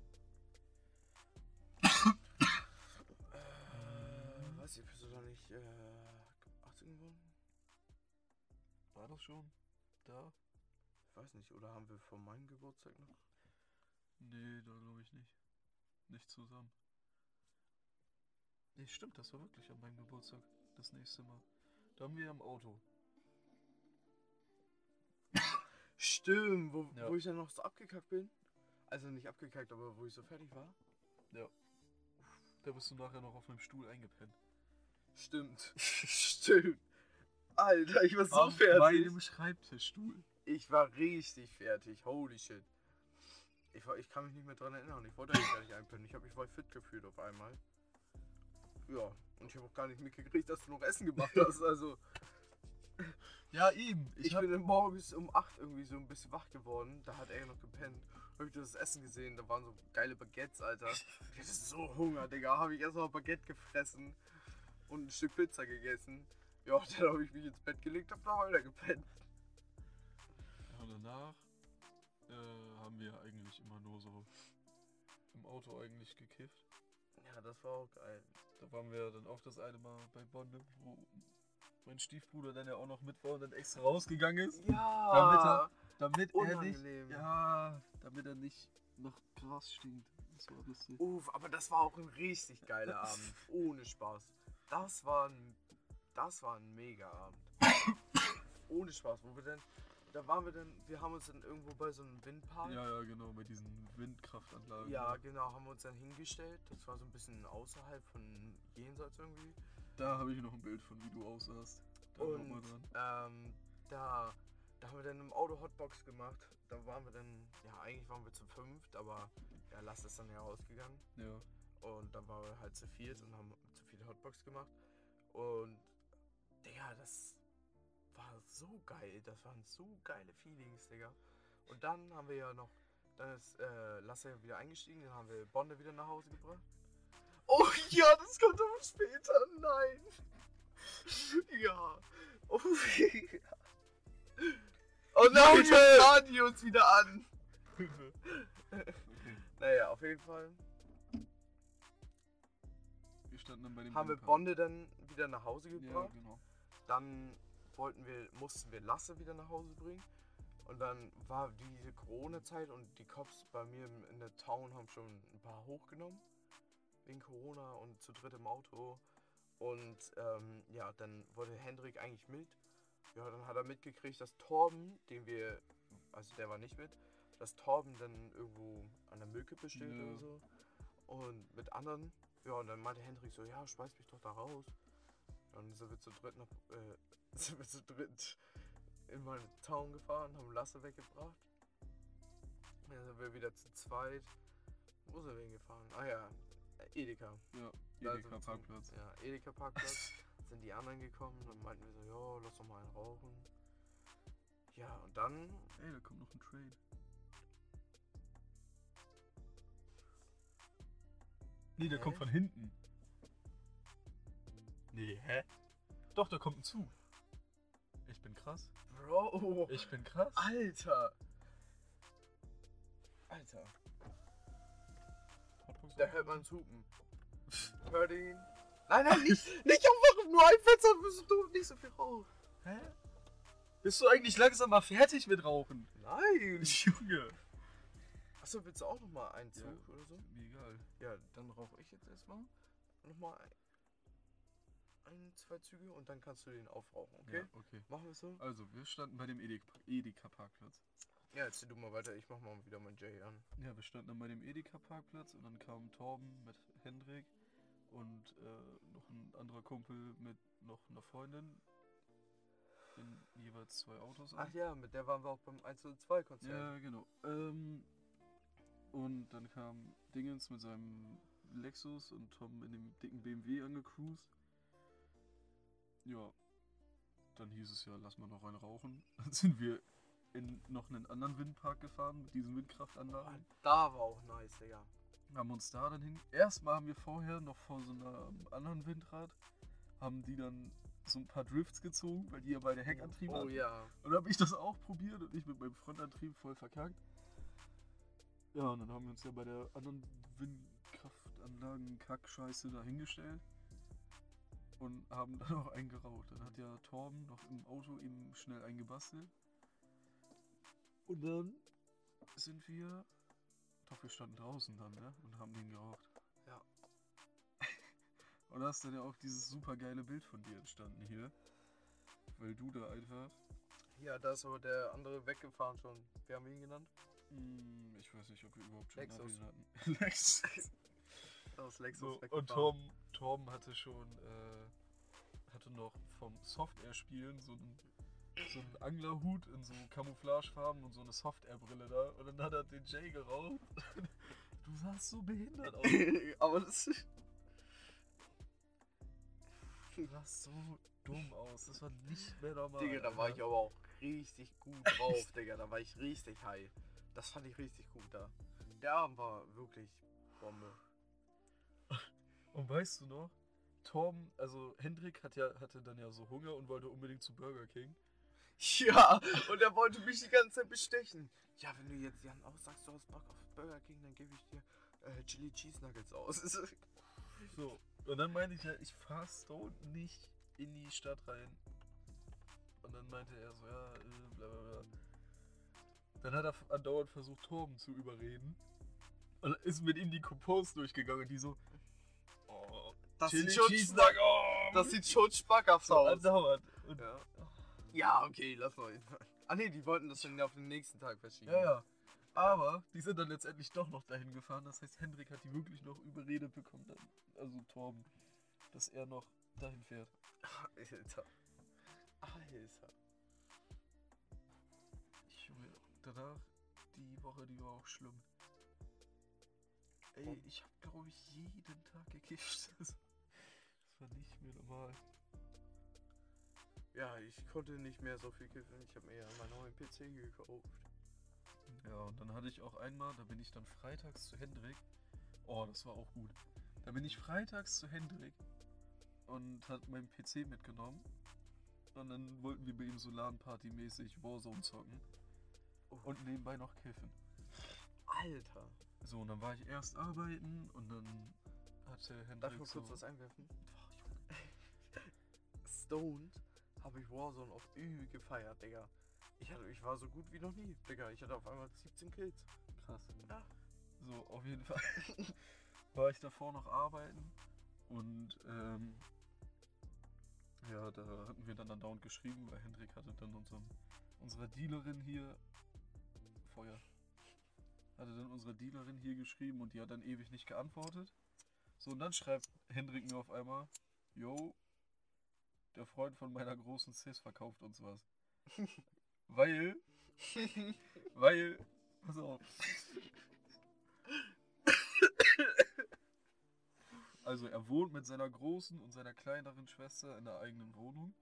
Äh, weiß ich, bist du da nicht äh, achtzehn geworden? War das schon? Da? Ich weiß nicht, oder haben wir vor meinem Geburtstag noch? Nee, da glaube ich nicht. Nicht zusammen. Nee, stimmt, das war wirklich an meinem Geburtstag. Das nächste Mal. Da haben wir am Auto. Stimmt, wo, Ja. wo ich dann noch so abgekackt bin. Also nicht abgekackt, aber wo ich so fertig war. Ja. Da bist du nachher noch auf meinem Stuhl eingepennt. Stimmt. Stimmt. Alter, ich war so Auf fertig. meinem Schreibtischstuhl. Ich war richtig fertig. Holy shit. Ich, war, ich kann mich nicht mehr dran erinnern. Ich wollte eigentlich gar nicht einpennen. Ich habe mich voll fit gefühlt auf einmal. Ja, und ich habe auch gar nicht mitgekriegt, dass du noch Essen gemacht hast. Also, Ja, eben. ich, Ich, hab, bin dann morgens um acht irgendwie so ein bisschen wach geworden. Da hat er noch gepennt. Habe ich das Essen gesehen. Da waren so geile Baguettes, Alter. Ich hatte so Hunger, Digga. Habe ich erstmal ein Baguette gefressen und ein Stück Pizza gegessen. Ja, dann habe ich mich ins Bett gelegt und habe weiter gepennt. ja, danach äh, haben wir eigentlich immer nur so im Auto eigentlich gekifft. Ja, das war auch geil. Da waren wir dann auch das eine Mal bei Bonde, wo mein Stiefbruder dann ja auch noch mit war und dann extra rausgegangen ist. Ja, Damit er nicht, unangenehm. ja, damit er nicht nach Gras stinkt. Das war lustig. Uff, aber das war auch ein richtig geiler Abend. Ohne Spaß. Das war ein, das war ein mega Abend. Ohne Spaß. Wo wir denn, da waren wir dann, wir haben uns dann irgendwo bei so einem Windpark. Ja, ja, genau, bei diesen Windkraftanlagen. Ja, genau, haben wir uns dann hingestellt. Das war so ein bisschen außerhalb von jenseits irgendwie. Da habe ich noch ein Bild von, wie du aussahst. Da Und mal dran. ähm, da, da haben wir dann im Auto Hotbox gemacht. Da waren wir dann, ja, eigentlich waren wir zu fünft, aber ja, Lass ist dann ja ausgegangen. Ja. Und dann waren wir halt zu viert und haben zu viele Hotbox gemacht. Und, Digga, das war so geil. Das waren so geile Feelings, Digga. Und dann haben wir ja noch, dann ist äh, Lasse ja wieder eingestiegen, dann haben wir Bonde wieder nach Hause gebracht. Oh ja, das kommt aber später. Nein. Ja. Oh, ja. Oh nein, jetzt fahren die uns wieder an. Okay. Naja, auf jeden Fall Wir standen dann bei dem haben wir Windpark. Bonde dann wieder nach Hause Ja, gebracht. genau. Dann wollten wir, mussten wir Lasse wieder nach Hause bringen. Und dann war diese Corona-Zeit und die Cops bei mir in der Town haben schon ein paar hochgenommen. Wegen Corona und zu dritt im Auto. Und ähm, ja, dann wollte Hendrik eigentlich mit. Ja, dann hat er mitgekriegt, dass Torben, den wir, also der war nicht mit, dass Torben dann irgendwo an der Müllkippe steht Ja. oder so. Und mit anderen. Ja, und dann meinte Hendrik so, ja, schmeiß mich doch da raus. Dann sind wir zu dritt nach, äh, sind wir zu dritt in meine Town gefahren, haben Lasse weggebracht. Dann sind wir wieder zu zweit. Wo sind wir hingefahren? Ah ja, Edeka. Ja, Da Edeka sind wir Parkplatz. zum- Ja, Edeka Parkplatz. Sind die anderen gekommen, dann meinten wir so, ja, lass doch mal einen rauchen. Ja, und dann, Ey, da kommt noch ein Trade. Nee, der Hä? kommt von hinten. Nee, hä? Doch, da kommt ein Zug. Ich bin krass. Bro, Ich bin krass. Alter. Alter, Hotbox da auf. hört man Hupen. Hört ihn. Nein, nein, nicht, nicht aufwachen, nur ein Fenster, bist du nicht so viel Rauch. Hä? Bist du eigentlich langsam mal fertig mit Rauchen? Nein. Junge. Achso, willst du auch nochmal einen Zug Ja. oder so? Mir egal. Ja, dann rauche ich jetzt erstmal nochmal ein, ein, zwei Züge und dann kannst du den aufrauchen, okay? Ja, okay. Machen wir es so? Also, wir standen bei dem Edeka, Edeka Parkplatz. Ja, jetzt zieh du mal weiter, ich mach mal wieder mein J an. Ja, wir standen dann bei dem Edeka Parkplatz und dann kam Torben mit Hendrik und äh, noch ein anderer Kumpel mit noch einer Freundin in jeweils zwei Autos. Ach ja, mit der waren wir auch beim eins null zwei Konzert. Ja, genau. Ähm, und dann kam Dingens mit seinem Lexus und Tom in dem dicken B M W angecruised. Ja, dann hieß es ja, lass mal noch einen rauchen. Dann sind wir in noch einen anderen Windpark gefahren mit diesen Ah, Windkraftanlagen. da war auch nice, Digga. Haben uns da dann hin. Erstmal haben wir vorher noch vor so einem anderen Windrad, haben die dann so ein paar Drifts gezogen, weil die ja beide Heckantrieb Oh hatten. ja. Und dann habe ich das auch probiert und ich mit meinem Frontantrieb voll verkackt. Ja, und dann haben wir uns ja bei der anderen Windkraftanlagen-Kack-Scheiße dahingestellt und haben dann auch einen geraucht. Dann hat ja Torben noch im Auto eben schnell eingebastelt. Und dann sind wir, doch wir standen draußen dann, ne? Und haben den geraucht. Ja. Und da ist dann ja auch dieses super geile Bild von dir entstanden hier. Weil du da einfach... Ja, da ist aber der andere weggefahren schon. Wir haben ihn genannt. Hm, ich weiß nicht, ob wir überhaupt schon Lexus. Navi hatten. Lexus. Aus Lexus So, weggefahren. und Torben, Torben hatte schon, äh, hatte noch vom Software-Spielen so einen, so einen Anglerhut in so Camouflagefarben und so eine Software-Brille da. Und dann hat er den Jay geraucht. Du sahst so behindert aus. Aber das ist... Du sahst so dumm aus. Das war nicht mehr normal. Digga, da war ich Alter. aber auch richtig gut drauf, Digga. Da war ich richtig high. Das fand ich richtig gut da. Der Abend war wirklich Bombe. Und weißt du noch, Torben, also Hendrik hat ja, hatte dann ja so Hunger und wollte unbedingt zu Burger King. Ja, und er wollte mich die ganze Zeit bestechen. Ja, wenn du jetzt Jan auch sagst, du hast Bock auf Burger King, dann gebe ich dir äh, Chili Cheese Nuggets aus. So, und dann meinte ich ja, ich fahr Stone nicht in die Stadt rein. Und dann meinte er so, ja, äh, bla bla bla. Dann hat er andauernd versucht, Torben zu überreden. Und ist mit ihm die Coupons durchgegangen und die so, oh, Das Chili sieht schon Cheese schmack- Nugget, oh, Das sieht schon schmackhaft so aus. andauernd. Und, Ja. Ja, okay, lass mal. Ah ne, die wollten das dann auf den nächsten Tag verschieben. ja, ja. Aber die sind dann letztendlich doch noch dahin gefahren. Das heißt, Hendrik hat die wirklich noch überredet bekommen, dann, also Torben, dass er noch dahin fährt. Alter. Alter. Junge, danach, die Woche, die war auch schlimm. Ey, ich hab, glaube ich, jeden Tag gekifft. Das, das war nicht mehr normal. Ja, ich konnte nicht mehr so viel kiffen. Ich habe mir ja meinen neuen P C gekauft. Ja, und dann hatte ich auch einmal, da bin ich dann freitags zu Hendrik. Oh, das war auch gut. Da bin ich freitags zu Hendrik und hat meinen P C mitgenommen. Und dann wollten wir bei ihm so LAN-Party-mäßig Warzone zocken. Und nebenbei noch kiffen. Alter. So, und dann war ich erst arbeiten und dann hatte Hendrik Darf ich mal so... kurz was einwerfen? Stoned habe ich Warzone auf Ü gefeiert, Digga. Ich, hatte, ich war so gut wie noch nie, Digga. Ich hatte auf einmal siebzehn Kills. Krass. Ja. So, auf jeden Fall war ich davor noch arbeiten und ähm, ja, da hatten wir dann andauernd geschrieben, weil Hendrik hatte dann unseren, unsere Dealerin hier, Feuer, hatte dann unsere Dealerin hier geschrieben und die hat dann ewig nicht geantwortet. So, und dann schreibt Hendrik mir auf einmal, yo, der Freund von meiner großen Sis verkauft uns was. Weil, weil, pass auf. Also er wohnt mit seiner großen und seiner kleineren Schwester in der eigenen Wohnung.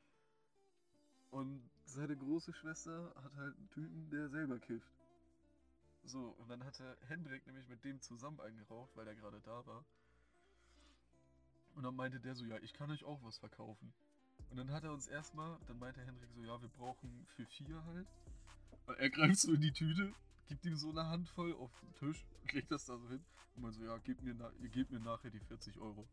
Und seine große Schwester hat halt einen Typen, der selber kifft. So, und dann hatte Hendrik nämlich mit dem zusammen eingeraucht, weil der gerade da war. Und dann meinte der so, ja, ich kann euch auch was verkaufen. Und dann hat er uns erstmal, dann meinte Hendrik so, ja, wir brauchen für vier halt. Und er greift so in die Tüte, gibt ihm so eine Handvoll auf den Tisch und legt das da so hin. Und meint so, ja, gebt mir, ihr gebt mir nachher die vierzig Euro.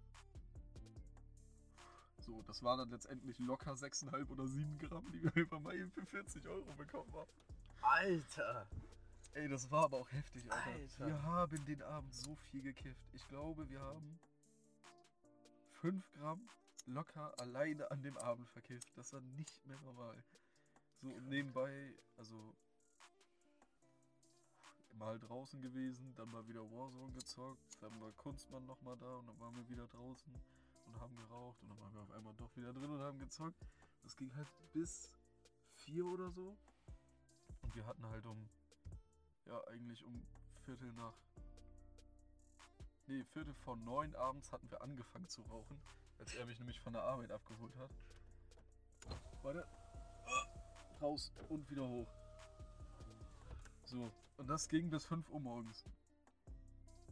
So, das waren dann letztendlich locker sechs Komma fünf oder sieben Gramm, die wir einfach mal eben für vierzig Euro bekommen haben. Alter. Ey, das war aber auch heftig, Alter. Alter. Wir haben den Abend so viel gekifft. Ich glaube, wir haben fünf Gramm locker alleine an dem Abend verkifft. Das war nicht mehr normal. So, und nebenbei, also mal draußen gewesen, dann mal wieder Warzone gezockt, dann war Kunstmann nochmal da und dann waren wir wieder draußen und haben geraucht und dann waren wir auf einmal doch wieder drin und haben gezockt. Das ging halt bis vier oder so. Und wir hatten halt um, ja eigentlich um Viertel nach, nee, Viertel vor neun abends hatten wir angefangen zu rauchen, als er mich nämlich von der Arbeit abgeholt hat. Warte. Raus und wieder hoch. So, und das ging bis fünf Uhr morgens.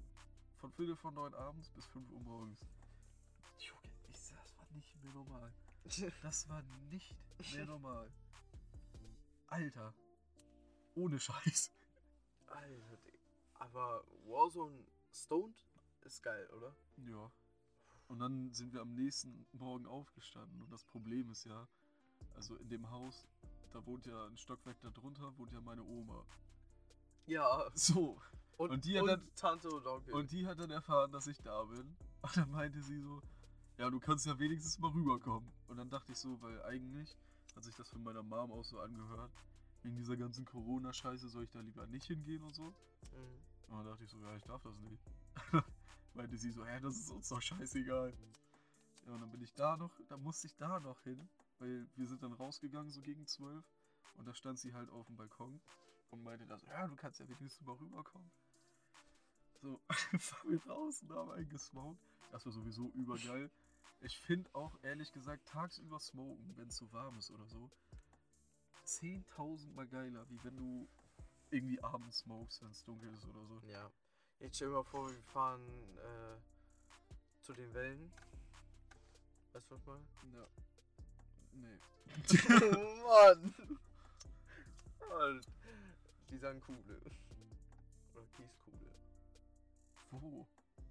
Von Viertel vor neun abends bis fünf Uhr morgens. Junge, ich sag, das war nicht mehr normal. Das war nicht mehr normal. Alter. Ohne Scheiß. Alter, Digga. Aber Warzone Stoned ist geil, oder? Ja. Und dann sind wir am nächsten Morgen aufgestanden. Und das Problem ist ja, also in dem Haus, da wohnt ja ein Stockwerk darunter, wohnt ja meine Oma. Ja. So. Und, Und die hat und dann- Tante und Onkel. Und die hat dann erfahren, dass ich da bin. Und dann meinte sie so, ja, du kannst ja wenigstens mal rüberkommen. Und dann dachte ich so, weil eigentlich hat sich das von meiner Mom auch so angehört, wegen dieser ganzen Corona-Scheiße soll ich da lieber nicht hingehen und so. Mhm. Und dann dachte ich so, ja, ich darf das nicht. Meinte sie so, hä, das ist uns doch scheißegal. Ja, und dann bin ich da noch, da musste ich da noch hin, weil wir sind dann rausgegangen so gegen zwölf. Und da stand sie halt auf dem Balkon und meinte da so, ja, du kannst ja wenigstens mal rüberkommen. So, fahren wir draußen, da haben wir einen gesmoked. Das war sowieso übergeil. Ich finde auch, ehrlich gesagt, tagsüber smoken, wenn es so warm ist oder so, zehntausend Mal geiler, wie wenn du irgendwie abends smokest, wenn es dunkel ist oder so. Ja. Jetzt stell dir mal vor, wir fahren äh, zu den Wellen. Weißt du, was ich meine? Ja. Nee. Oh Mann! Mann. Die sagen Kuhle. Oder Kieskuhle. Wo?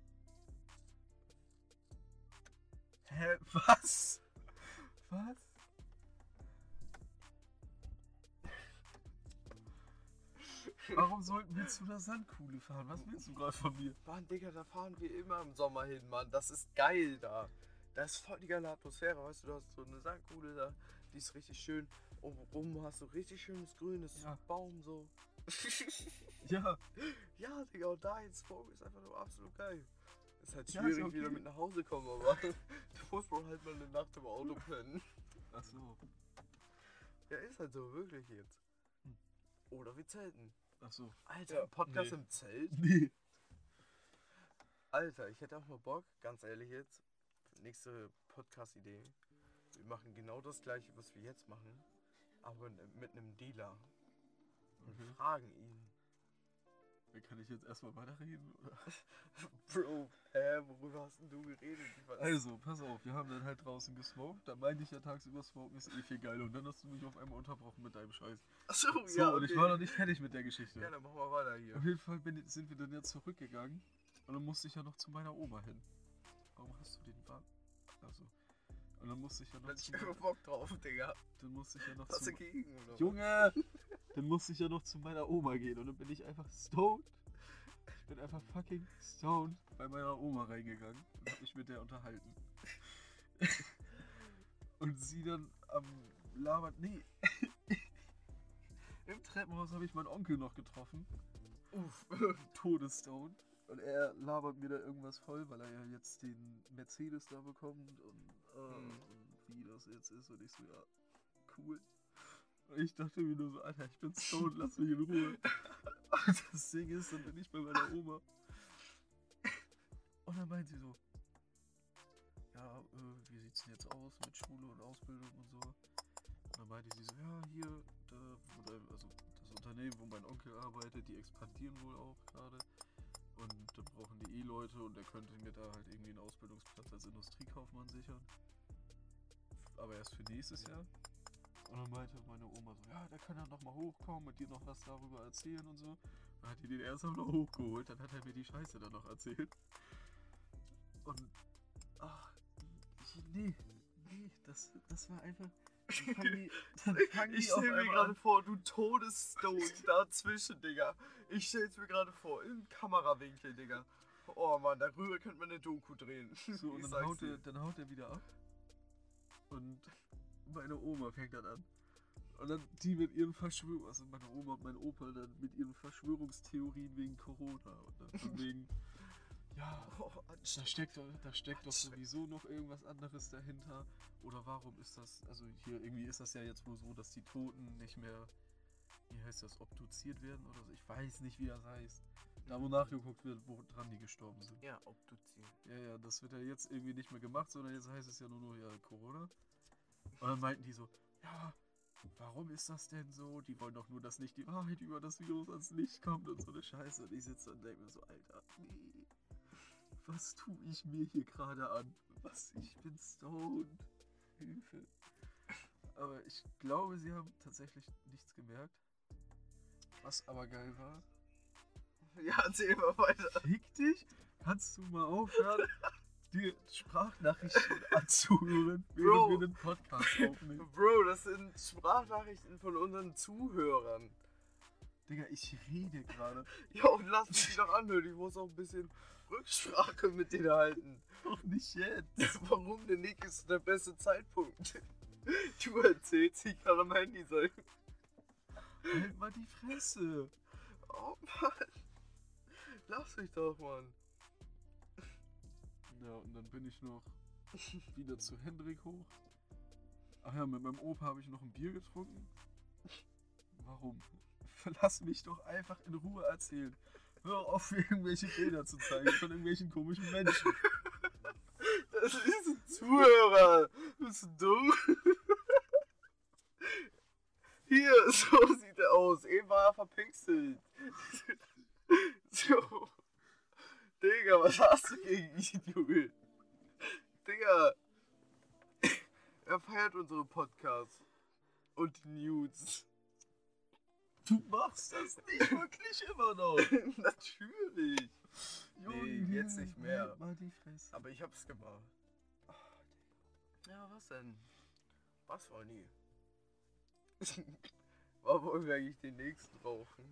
Hä? Was? Was? Warum sollten wir zu der Sandkuhle fahren? Was willst du gerade von mir? Mann, Digga, da fahren wir immer im Sommer hin, Mann. Das ist geil da. Da ist voll die geile Atmosphäre, weißt du, du hast so eine Sandkuhle da, die ist richtig schön. Oben hast du richtig schönes grünes Ja. Baum so. Ja, Ja, Digga, und da jetzt Vogel ist einfach nur absolut geil. Ist halt Ja, schwierig, ist okay. wieder mit nach Hause kommen, aber du musst wohl halt mal eine Nacht im Auto pennen. ach so. Ja, ist halt so, wirklich jetzt. Hm. Oder wir zelten. Ach so. Alter, Ja, Podcast nee. im Zelt? Nee. Alter, ich hätte auch mal Bock, ganz ehrlich jetzt. Nächste Podcast-Idee. Wir machen genau das gleiche, was wir jetzt machen, aber mit einem Dealer. Und Mhm. fragen ihn. Dann kann ich jetzt erstmal weiterreden, oder? Bro, hä, worüber hast denn du geredet? Ich weiß- Also, pass auf, wir haben dann halt draußen gesmoked. Da meinte ich ja, tagsüber smoken ist eh viel geil. Und dann hast du mich auf einmal unterbrochen mit deinem Scheiß. Achso, So, ja, und ich okay. war noch nicht fertig mit der Geschichte. Ja, dann machen wir weiter hier. Auf jeden Fall bin, ich- sind wir dann ja zurückgegangen. Und dann musste ich ja noch zu meiner Oma hin. Warum hast du den Wagen? Also. Und dann musste ich ja noch Hätte zu ich einfach Bock drauf, Digga. Dann musste ich ja noch Was zu dagegen, oder? was? Junge! Dann musste ich ja noch zu meiner Oma gehen. Und dann bin ich einfach stoned. Ich bin einfach fucking stoned bei meiner Oma reingegangen und hab mich mit der unterhalten. Und sie dann am Labern. Nee. Im Treppenhaus habe ich meinen Onkel noch getroffen. Uff. Todesstoned. Und er labert mir da irgendwas voll, weil er ja jetzt den Mercedes da bekommt und, äh, Mhm. und wie das jetzt ist. Und ich so, ja, cool. Und ich dachte mir nur so, Alter, ich bin stoned, lass mich in Ruhe. Und das Ding ist, dann bin ich bei meiner Oma. Und dann meint sie so, ja, äh, wie sieht's denn jetzt aus mit Schule und Ausbildung und so. Und dann meinte sie so, ja, hier, da, wo da, also das Unternehmen, wo mein Onkel arbeitet, die expandieren wohl auch gerade. Und dann brauchen die eh Leute und der könnte mir da halt irgendwie einen Ausbildungsplatz als Industriekaufmann sichern. Aber erst für nächstes Jahr. Und dann meinte meine Oma so, ja, der kann ja nochmal hochkommen und dir noch was darüber erzählen und so. Dann hat die den erst noch hochgeholt, dann hat er mir die Scheiße dann noch erzählt. Und, ach, ich, nee, nee, das, das war einfach, dann fangen die, dann fangen Ich die auf stell mir einmal gerade an. vor, du Todesstone dazwischen, Digga. Ich stell's mir gerade vor, im Kamerawinkel, Digga. Oh Mann, darüber könnte man eine Doku drehen. So, und Ich dann sag's haut, dir. er, dann haut er wieder ab. Und meine Oma fängt dann an. Und dann die mit ihren Verschwörungen, also meine Oma und mein Opa dann mit ihren Verschwörungstheorien wegen Corona. Und dann von wegen, ja, Oh, da anstrengend. steckt, doch- da steckt doch Anstrengend. sowieso noch irgendwas anderes dahinter. Oder warum ist das, also hier irgendwie ist das ja jetzt wohl so, dass die Toten nicht mehr, wie heißt das, obduziert werden oder so. Ich weiß nicht, wie das heißt. Da, wo nachgeguckt wird, woran die gestorben sind. Ja, obduzieren. Ja, ja, das wird ja jetzt irgendwie nicht mehr gemacht, sondern jetzt heißt es ja nur noch, ja, Corona. Und dann meinten die so, ja, warum ist das denn so? Die wollen doch nur, dass nicht die Wahrheit über das Virus ans Licht kommt und so eine Scheiße. Und ich sitze und denke mir so, Alter, nee, was tue ich mir hier gerade an? Was, ich bin stoned. Hilfe. Aber ich glaube, sie haben tatsächlich nichts gemerkt. Was aber geil war. Ja, erzähl mal weiter. Fick dich? Kannst du mal aufhören, dir Sprachnachrichten anzuhören, während Bro. wir den Podcast aufnehmen? Bro, das sind Sprachnachrichten von unseren Zuhörern. Digga, ich rede gerade. Ja, und lass mich die doch anhören. Ich muss auch ein bisschen Rücksprache mit denen halten. Doch nicht jetzt. Warum denn nicht? Ist der beste Zeitpunkt. Du erzählst, ich kann am Handy sein. Halt mal die Fresse. Oh Mann. Lass mich doch, Mann. Ja, und dann bin ich noch wieder zu Hendrik hoch. Ach ja, mit meinem Opa habe ich noch ein Bier getrunken. Warum? Lass mich doch einfach in Ruhe erzählen. Hör auf, mir irgendwelche Bilder zu zeigen von irgendwelchen komischen Menschen. Das ist ein Zuhörer. Bist du dumm? Hier, so sieht er aus. Eben war er verpixelt. So. Digga, was hast du gegen Idol? Digga. Er feiert unsere Podcasts. Und die News. Du machst das nicht wirklich immer noch. Natürlich. Nee, jetzt nicht mehr. Halt mal die Fresse. Aber ich hab's gemacht. Ja, was denn? Was war nie? Wann wollen wir eigentlich den nächsten rauchen?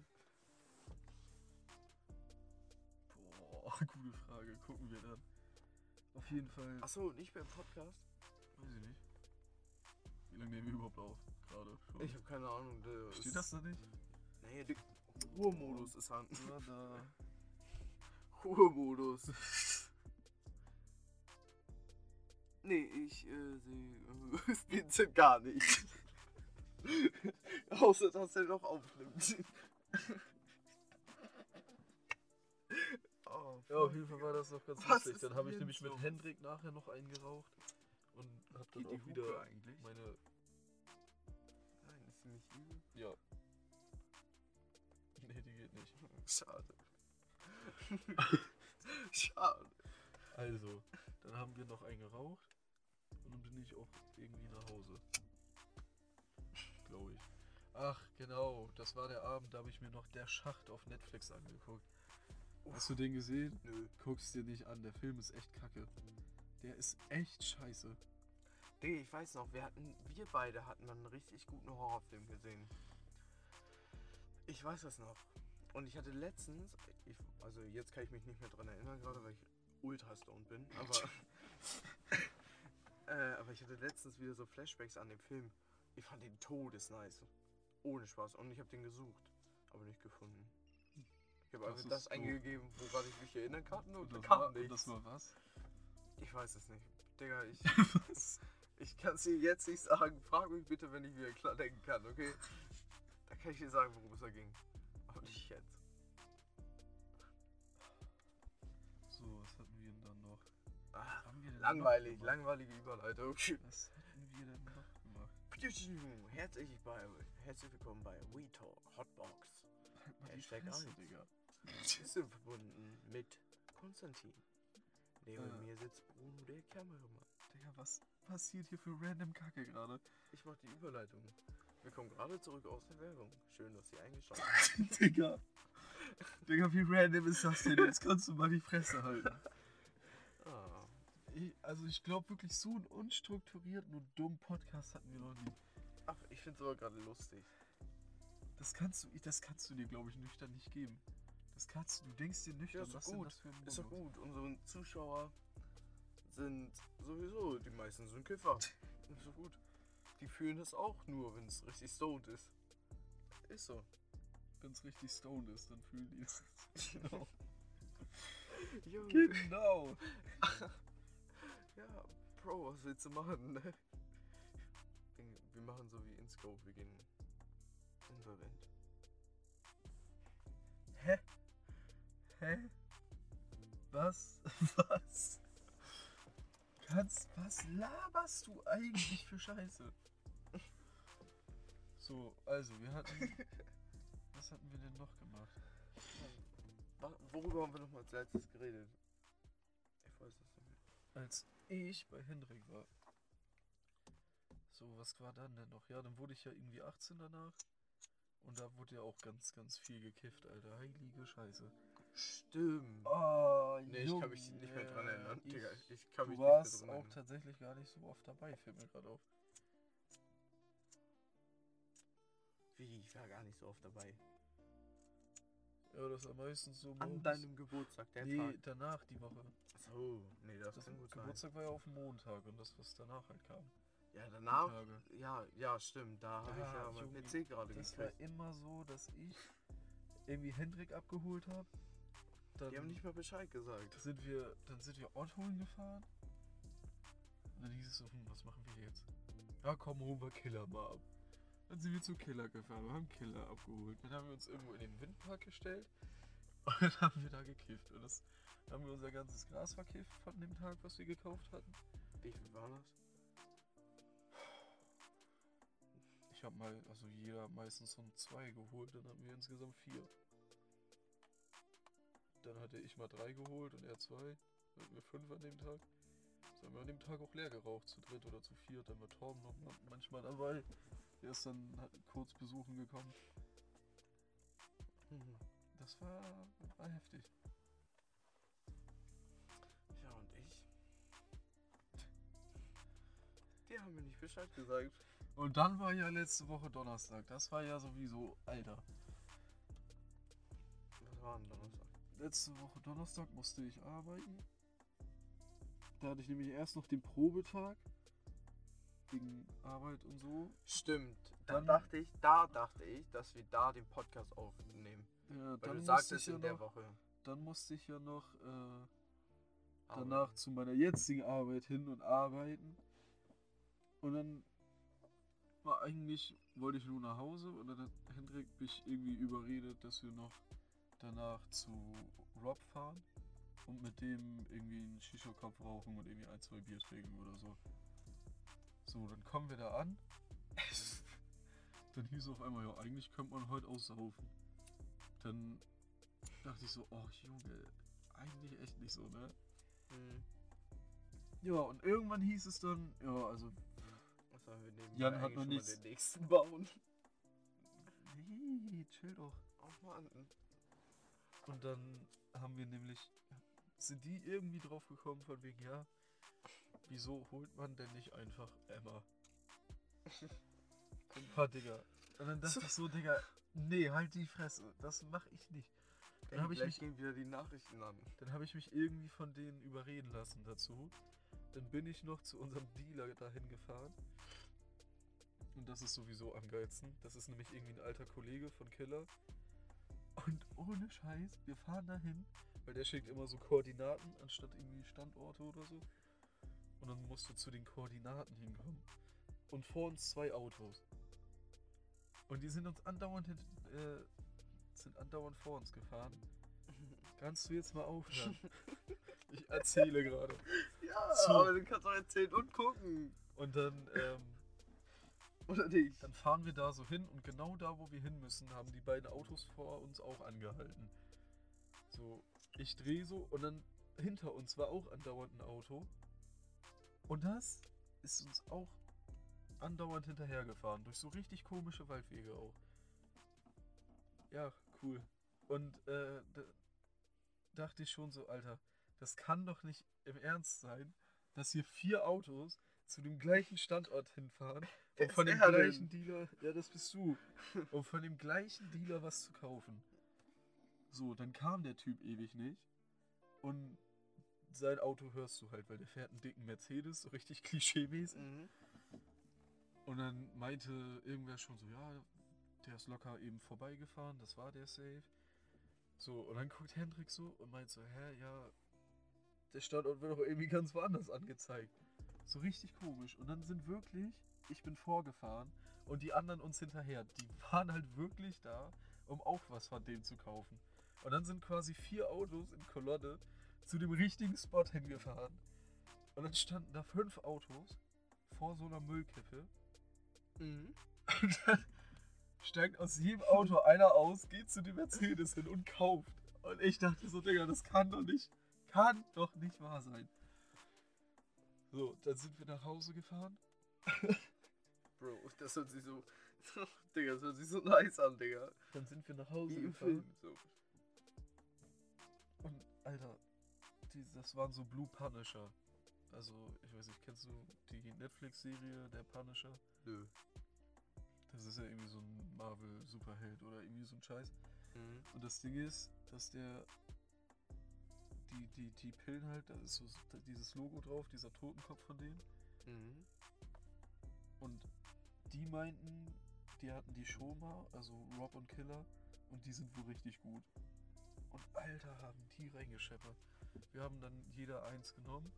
Boah, gute Frage. Gucken wir dann. Auf jeden Fall. Achso, nicht beim Podcast? Weiß ich nicht. Wie lange nehmen wir überhaupt auf? Gerade schon. Ich hab keine Ahnung. Der Steht ist- das da nicht? Nee, der Ruhemodus ist an. Ja, da. Ruhemodus. Nee, ich äh, sehe den sind gar nicht. Außer, dass er noch aufnimmt. Oh, Ja, auf jeden Fall war das noch ganz Was lustig. ist Dann habe ich denn nämlich mit so? Hendrik nachher noch eingeraucht und hab dann Geht die auch Hupe wieder eigentlich? meine. Nein, ist sie nicht übel? Ja. Nee, die geht nicht. Schade. Schade. Also, dann haben wir noch einen geraucht und dann bin ich auch irgendwie nach Hause. Glaube ich. Ach, genau, das war der Abend, da habe ich mir noch Der Schacht auf Netflix angeguckt. Hast du den gesehen? Nö. Guck's dir nicht an, der Film ist echt kacke. Der ist echt scheiße. Digga, ich weiß noch, wir hatten, wir beide hatten mal einen richtig guten Horrorfilm gesehen. Ich weiß das noch. Und ich hatte letztens, ich, also jetzt kann ich mich nicht mehr dran erinnern, gerade weil ich ultra stoned bin, aber, äh, aber ich hatte letztens wieder so Flashbacks an den Film. Ich fand den todesnice. Ohne Spaß. Und ich habe den gesucht, aber nicht gefunden. Ich habe Das einfach ist das doof. eingegeben, woran ich mich erinnern kann und, Und da das, kam war, und nichts. das war was? Ich weiß es nicht. Digga, ich, Was? ich kann es dir jetzt nicht sagen. Frag mich bitte, wenn ich wieder klar denken kann, okay? Da kann ich dir sagen, worum es da ging. Aber nicht jetzt. So, was hatten wir denn dann noch? Ah, haben wir denn langweilig, noch gemacht? langweilige Überleitung. Was hatten wir denn noch gemacht? Herzlich, bei, herzlich willkommen bei WeTalk Hotbox. Halt mal die Hashtag Fresse, eins. Digga. Wir sind verbunden mit Konstantin. Neben Äh. mir sitzt Bruno, der Kameramann. Digga, was passiert hier für random Kacke gerade? Ich mach die Überleitung. Wir kommen gerade zurück aus der Werbung. Schön, dass Sie eingeschaltet haben. Digga. Digga, wie random ist das denn? Jetzt kannst du mal die Fresse halten. Ah, Ich, also ich glaube wirklich, so einen unstrukturierten und dummen Podcast hatten wir noch nie. ach, ich find's aber gerade lustig. Das kannst du, das kannst du dir, glaube ich, nüchtern nicht geben. Das kannst du, du denkst dir nüchtern, Ja, ist doch was denn gut. das für ein Ist doch Bonus? gut. Unsere Zuschauer sind sowieso, die meisten sind Kiffer. Ist doch gut. Die fühlen das auch nur, wenn es richtig stoned ist. Ist so. Wenn es richtig stoned ist, dann fühlen die das. Genau. Junge. Genau. Ja, Bro, was willst du machen? Ne? Wir- Wir machen so wie InScope, wir gehen insolvent. Hä? Hä? Was? Was? Kannst, was laberst du eigentlich für Scheiße? So, also, wir hatten. Was hatten wir denn noch gemacht? Wa- Worüber haben wir noch mal als letztes geredet? Ich weiß es nicht mehr. Als ich bei Hendrik war. So, was war dann denn noch? Ja, dann wurde ich ja irgendwie achtzehn danach. Und da wurde ja auch ganz, ganz viel gekifft, Alter. Heilige Scheiße. Stimmt. Oh, Nee, ich kann mich nicht mehr dran erinnern. ich, Digga, ich kann du mich nicht mehr warst dran auch erinnern. tatsächlich gar nicht so oft dabei, fällt mir gerade auf. Wie? Ich war gar nicht so oft dabei. Ja, das war meistens so An morgens. deinem Geburtstag, der Nee, Tag. danach die Woche. So, nee, das, Das kann gut Geburtstag war ja auf dem Montag und das, was danach halt kam. sein. Ja, danach, Tage. ja, ja, stimmt, da habe ich ja mein Junge, P C gerade Das gekriegt. war immer so, dass ich irgendwie Hendrik abgeholt habe. Dann Die haben nicht mal Bescheid gesagt. sind wir, dann sind wir Ort holen gefahren. Und dann hieß es so, hm, was machen wir jetzt? Ja, komm, holen wir Killer mal ab. Dann sind wir zu Killer gefahren, wir haben Killer abgeholt. Dann haben wir uns irgendwo in den Windpark gestellt und dann haben wir da gekifft. Und das haben wir unser ganzes Gras verkifft von dem Tag, was wir gekauft hatten. Wie viel war das? Ich habe mal, also jeder meistens so zwei geholt, dann hatten wir insgesamt vier. Dann hatte ich mal drei geholt und er zwei. Dann hatten wir fünf an dem Tag. So haben wir an dem Tag auch leer geraucht, zu dritt oder zu viert. Dann war Torben noch mal manchmal dabei. Der ist dann hat kurz besuchen gekommen. Mhm. Das war, war heftig. Ja, und ich? Die haben mir nicht Bescheid gesagt. Und dann war ja letzte Woche Donnerstag. Das war ja sowieso, Alter. Was war denn Donnerstag? Letzte Woche Donnerstag musste ich arbeiten. Da hatte ich nämlich erst noch den Probetag. Wegen Arbeit und so. Stimmt. Dann- Dann dachte ich, da dachte ich, dass wir da den Podcast aufnehmen. Ja, Weil dann du musste ich sagtest ja in der noch, Woche. dann musste ich ja noch äh, Aber- danach zu meiner jetzigen Arbeit hin und arbeiten. Und dann war eigentlich, wollte ich nur nach Hause und dann hat Hendrik mich irgendwie überredet, dass wir noch danach zu Rob fahren und mit dem irgendwie einen Shisha-Kopf rauchen und irgendwie ein, zwei Bier trinken oder so. So, dann kommen wir da an. Dann hieß auf einmal, ja, eigentlich könnte man heute aussaufen. Dann dachte ich so, oh Junge, eigentlich echt nicht so, ne? Hm. Ja, und irgendwann hieß es dann, ja, also, Was sollen wir nehmen? Jan Ja, hat eigentlich noch schon mal nichts- den nächsten bauen. nee, chill doch. Oh Mann. Und dann haben wir nämlich, sind die irgendwie drauf gekommen von wegen, ja, wieso holt man denn nicht einfach Emma? Ein paar Digga. Und dann dachte ich so, Digga, nee, halt die Fresse, das mache ich nicht. Dann Ey, habe ich, gleich mich- gehen wieder die Nachrichten an. dann hab ich mich irgendwie von denen überreden lassen dazu. Dann bin ich noch zu unserem Dealer dahin gefahren. Und das ist sowieso am geilsten. Das ist nämlich irgendwie ein alter Kollege von Killer. Und ohne Scheiß, wir fahren dahin, weil der schickt immer so Koordinaten anstatt irgendwie Standorte oder so. Und dann musst du zu den Koordinaten hinkommen. Und vor uns zwei Autos. Und die sind uns andauernd, hint- äh, sind andauernd vor uns gefahren. Kannst du jetzt mal aufhören? Ich erzähle gerade. Ja, So. aber du kannst auch erzählen und gucken. Und dann, ähm, Oder nicht? dann fahren wir da so hin und genau da, wo wir hin müssen, haben die beiden Autos vor uns auch angehalten. So, ich drehe so und dann hinter uns war auch andauernd ein Auto. Und das ist uns auch andauernd hinterhergefahren, durch so richtig komische Waldwege auch. Ja, cool. Und äh, da dachte ich schon so, Alter, das kann doch nicht im Ernst sein, dass hier vier Autos zu dem gleichen Standort hinfahren, Wer um von ist dem er denn? gleichen Dealer, ja, das bist du, um von dem gleichen Dealer was zu kaufen. So, dann kam der Typ ewig nicht und sein Auto hörst du halt, weil der fährt einen dicken Mercedes, so richtig klischeemäßig. Mhm. Und dann meinte irgendwer schon so, ja, der ist locker eben vorbeigefahren, das war der Safe. So, und dann guckt Hendrik so und meint so, hä, ja, der Standort wird doch irgendwie ganz woanders angezeigt. So richtig komisch. Und dann sind wirklich, ich bin vorgefahren und die anderen uns hinterher. Die waren halt wirklich da, um auch was von dem zu kaufen. Und dann sind quasi vier Autos in Kolonne zu dem richtigen Spot hingefahren. Und dann standen da fünf Autos vor so einer Müllkippe. Mhm. Und dann steigt aus jedem Auto einer aus, geht zu dem Mercedes hin und kauft. Und ich dachte so, Digga, das kann doch nicht, kann doch nicht wahr sein. So, dann sind wir nach Hause gefahren. Bro, das hört sich so... Digga, das hört sich so nice an, Digga. Dann sind wir nach Hause Wie im gefahren. Film. So. Und, Alter, die, das waren so Blue Punisher. Also, ich weiß nicht, kennst du die Netflix-Serie Der Punisher? Nö. Das ist ja irgendwie so ein Marvel-Superheld oder irgendwie so ein Scheiß. Mhm. Und das Ding ist, dass der die, die, die Pillen halt, da ist so dieses Logo drauf, dieser Totenkopf von denen. Mhm. Und die meinten, die hatten die schon mal, also Rob und Killer, und die sind wohl richtig gut. Und Alter, haben die reingescheppert. Wir haben dann jeder eins genommen.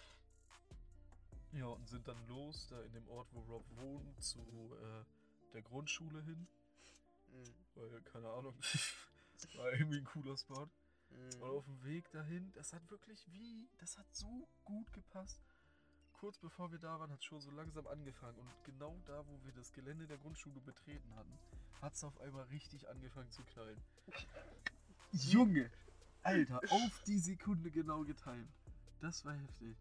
Ja, und sind dann los, da in dem Ort, wo Rob wohnt, zu äh, der Grundschule hin. Mhm. Weil, keine Ahnung, das war irgendwie ein cooler Spot. Mhm. Und auf dem Weg dahin, das hat wirklich wie, das hat so gut gepasst. Kurz bevor wir da waren, hat es schon so langsam angefangen. Und genau da, wo wir das Gelände der Grundschule betreten hatten, hat es auf einmal richtig angefangen zu knallen. Junge! Alter, auf die Sekunde genau getimt. Das war heftig.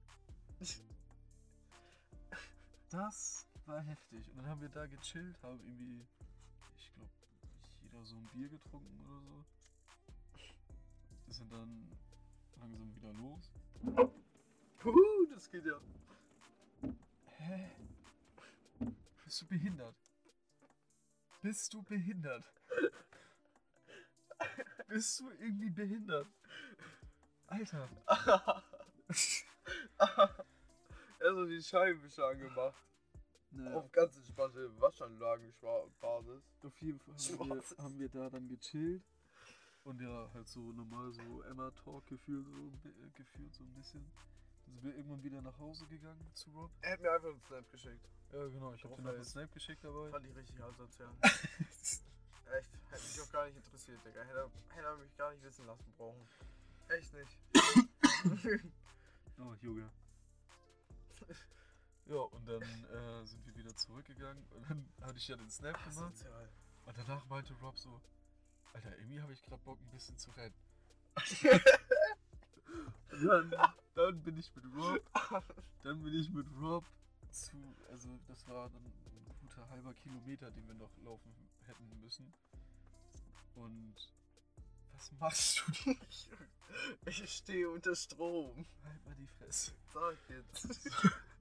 Das war heftig. Und dann haben wir da gechillt, haben irgendwie, ich glaube, jeder so ein Bier getrunken oder so. Wir sind dann langsam wieder los. Puh, das geht ja. Hä? Bist du behindert? Bist du behindert? Bist du irgendwie behindert? Alter. Also die Scheibenwischer angemacht. Ne, Auf ganz entspannte Waschanlagen-Basis. auf jeden Fall haben wir, haben wir da dann gechillt. Und ja, halt so normal so Emma-Talk gefühlt so, äh, geführt so ein bisschen. Dann sind wir irgendwann wieder nach Hause gegangen zu Rob. Er hat mir einfach einen Snap geschickt. Ja genau, ich hab Drauf dir noch einen halt. Snap geschickt dabei. Fand ich richtig asozial. Echt, hätte mich auch gar nicht interessiert, Digga. Hätte, hätte er mich gar nicht wissen lassen brauchen. Echt nicht. Oh, Junge. Ja, und dann äh, sind wir wieder zurückgegangen und dann hatte ich ja den Snap gemacht. Asozial. Und danach meinte Rob so, Alter, irgendwie habe ich gerade Bock ein bisschen zu rennen. dann, dann bin ich mit Rob, dann bin ich mit Rob zu, also das war dann ein guter halber Kilometer, den wir noch laufen hätten müssen. Und was machst du denn? Ich stehe unter Strom. Halt mal die Fresse. Sag jetzt.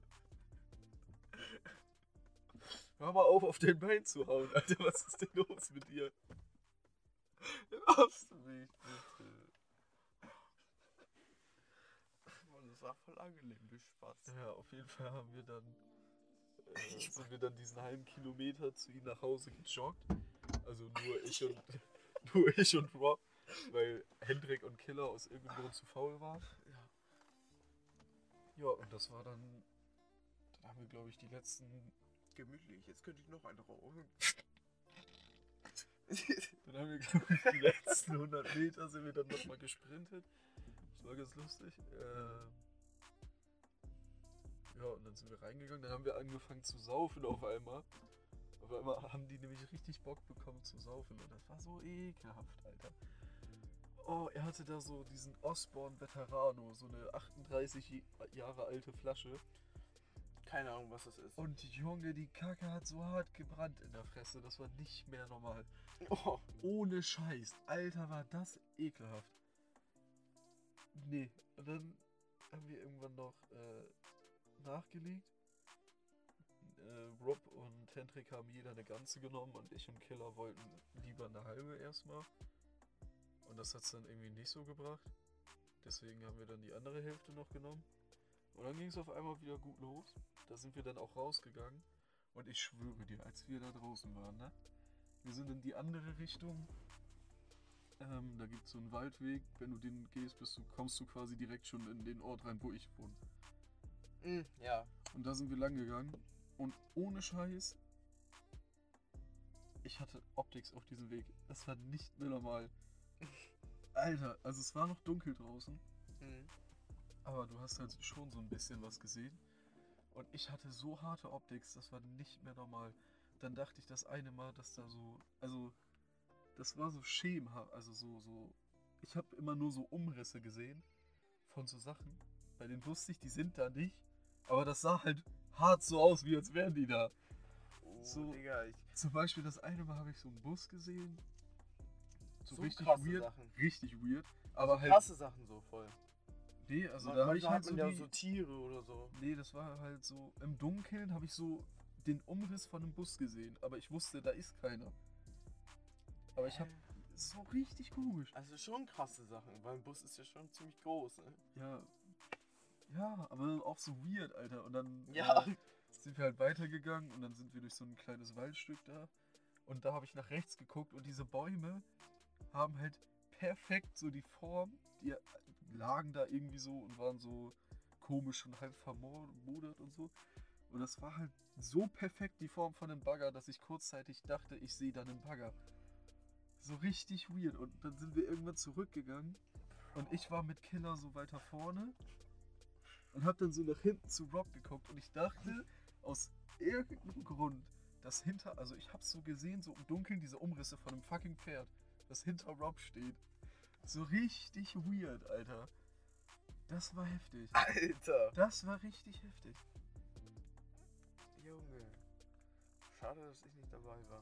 Hör mal auf, auf dein Bein zu hauen, Alter, was ist denn los mit dir? Lass mich bitte. Mann, das war voll angenehm, du Spaß. Ja, auf jeden Fall haben wir dann, äh, sind wir dann diesen halben Kilometer zu ihm nach Hause gejoggt. Also nur ich und nur ich und Rob, weil Hendrik und Killer aus irgendeinem Grund zu faul waren. Ja. Ja, und das war dann, dann haben wir glaube ich die letzten, Gemütlich, jetzt könnte ich noch eine rauchen. dann haben wir glaube ich die letzten hundert Meter sind wir dann nochmal gesprintet. Das war ganz lustig. Ähm, ja, und dann sind wir reingegangen, dann haben wir angefangen zu saufen auf einmal. Auf einmal haben die nämlich richtig Bock bekommen zu saufen und das war so ekelhaft, Alter. Oh, er hatte da so diesen Osborne Veterano, so eine achtunddreißig Jahre alte Flasche. Keine Ahnung, was das ist. Und Junge, die Kacke hat so hart gebrannt in der Fresse, das war nicht mehr normal. Oh. Ohne Scheiß, Alter, war das ekelhaft. Nee, und dann haben wir irgendwann noch äh, nachgelegt. Äh, Rob und Hendrik haben jeder eine ganze genommen und ich und Killer wollten lieber eine halbe erstmal. Und das hat es dann irgendwie nicht so gebracht. Deswegen haben wir dann die andere Hälfte noch genommen. Und dann ging es auf einmal wieder gut los. Da sind wir dann auch rausgegangen. Und ich schwöre dir, als wir da draußen waren, ne? Wir sind in die andere Richtung. Ähm, da gibt es so einen Waldweg. Wenn du den gehst, bist du, kommst du quasi direkt schon in den Ort rein, wo ich wohne. Mm, ja. Und da sind wir lang gegangen. Und ohne Scheiß, ich hatte Optics auf diesem Weg. Das war nicht mehr normal. Alter, also es war noch dunkel draußen. Mm. Aber du hast halt schon so ein bisschen was gesehen. Und ich hatte so harte Optics, das war nicht mehr normal. Dann dachte ich das eine Mal, dass da so, also das war so schemenhaft, also so, so, ich habe immer nur so Umrisse gesehen von so Sachen. Bei denen wusste ich, die sind da nicht. Aber das sah halt hart so aus, wie als wären die da. So, Digga, ich, zum Beispiel das eine Mal habe ich so einen Bus gesehen. So, so richtig krasse weird. Sachen. Richtig weird. Aber Also halt. krasse Sachen so voll. Nee, also Man, da habe ich manchmal halt hat so man ja die. so Tiere oder so. Nee, das war halt so. Im Dunkeln habe ich so den Umriss von einem Bus gesehen. Aber ich wusste, da ist keiner. Aber ich habe. So richtig komisch. Also schon krasse Sachen, weil ein Bus ist ja schon ziemlich groß, ne? Ja. Ja, aber auch so weird, Alter. Und dann Ja. äh, sind wir halt weitergegangen und dann sind wir durch so ein kleines Waldstück da. Und da habe ich nach rechts geguckt und diese Bäume haben halt perfekt so die Form, die lagen da irgendwie so und waren so komisch und halb vermodert und so. Und das war halt so perfekt die Form von einem Bagger, dass ich kurzzeitig dachte, ich sehe da einen Bagger. So richtig weird. Und dann sind wir irgendwann zurückgegangen und ich war mit Killer so weiter vorne und hab dann so nach hinten zu Rob geguckt und ich dachte, aus irgendeinem Grund, dass hinter, also ich hab's so gesehen, so im Dunkeln, diese Umrisse von einem fucking Pferd, das hinter Rob steht. So richtig weird, Alter. Das war heftig. Alter. Das war richtig heftig. Junge. Schade, dass ich nicht dabei war.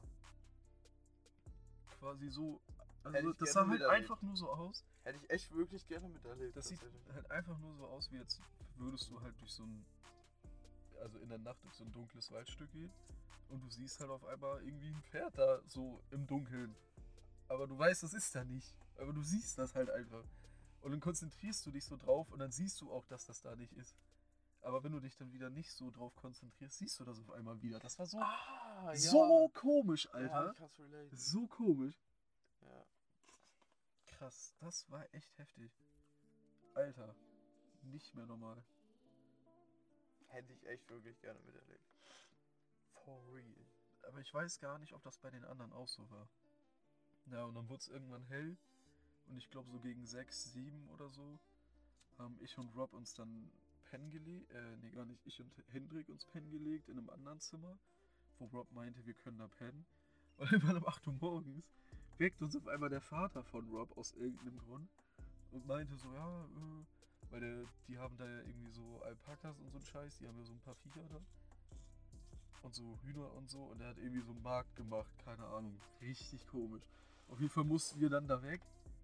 Quasi so, Hätte also ich das gerne sah halt miterlebt. einfach nur so aus. Hätte ich echt wirklich gerne miterlebt. Das sieht tatsächlich. halt einfach nur so aus, wie jetzt würdest du halt durch so ein, also in der Nacht durch so ein dunkles Waldstück gehen und du siehst halt auf einmal irgendwie ein Pferd da so im Dunkeln. Aber du weißt, das ist da nicht. Aber du siehst das halt einfach. Und dann konzentrierst du dich so drauf und dann siehst du auch, dass das da nicht ist. Aber wenn du dich dann wieder nicht so drauf konzentrierst, siehst du das auf einmal wieder. Das war so, Ah, ja. so komisch, Alter. Ja, ich kann's relaten. So komisch. Ja. Krass, das war echt heftig. Alter, nicht mehr normal. Hätte ich echt wirklich gerne miterlebt. For real. Aber ich weiß gar nicht, ob das bei den anderen auch so war. Ja, und dann wurde es irgendwann hell. Und ich glaube, so gegen sechs, sieben oder so haben ich und Rob uns dann pennen gelegt. Äh, nee, gar nicht. Ich und Hendrik uns pennen gelegt in einem anderen Zimmer, wo Rob meinte, wir können da pennen. Und irgendwann um acht Uhr morgens weckt uns auf einmal der Vater von Rob aus irgendeinem Grund und meinte so, ja, äh, weil der, die haben da ja irgendwie so Alpakas und so ein Scheiß, die haben ja so ein paar Viecher da. Und so Hühner und so. Und er hat irgendwie so einen Markt gemacht, keine Ahnung. Richtig komisch. Auf jeden Fall mussten wir dann da weg.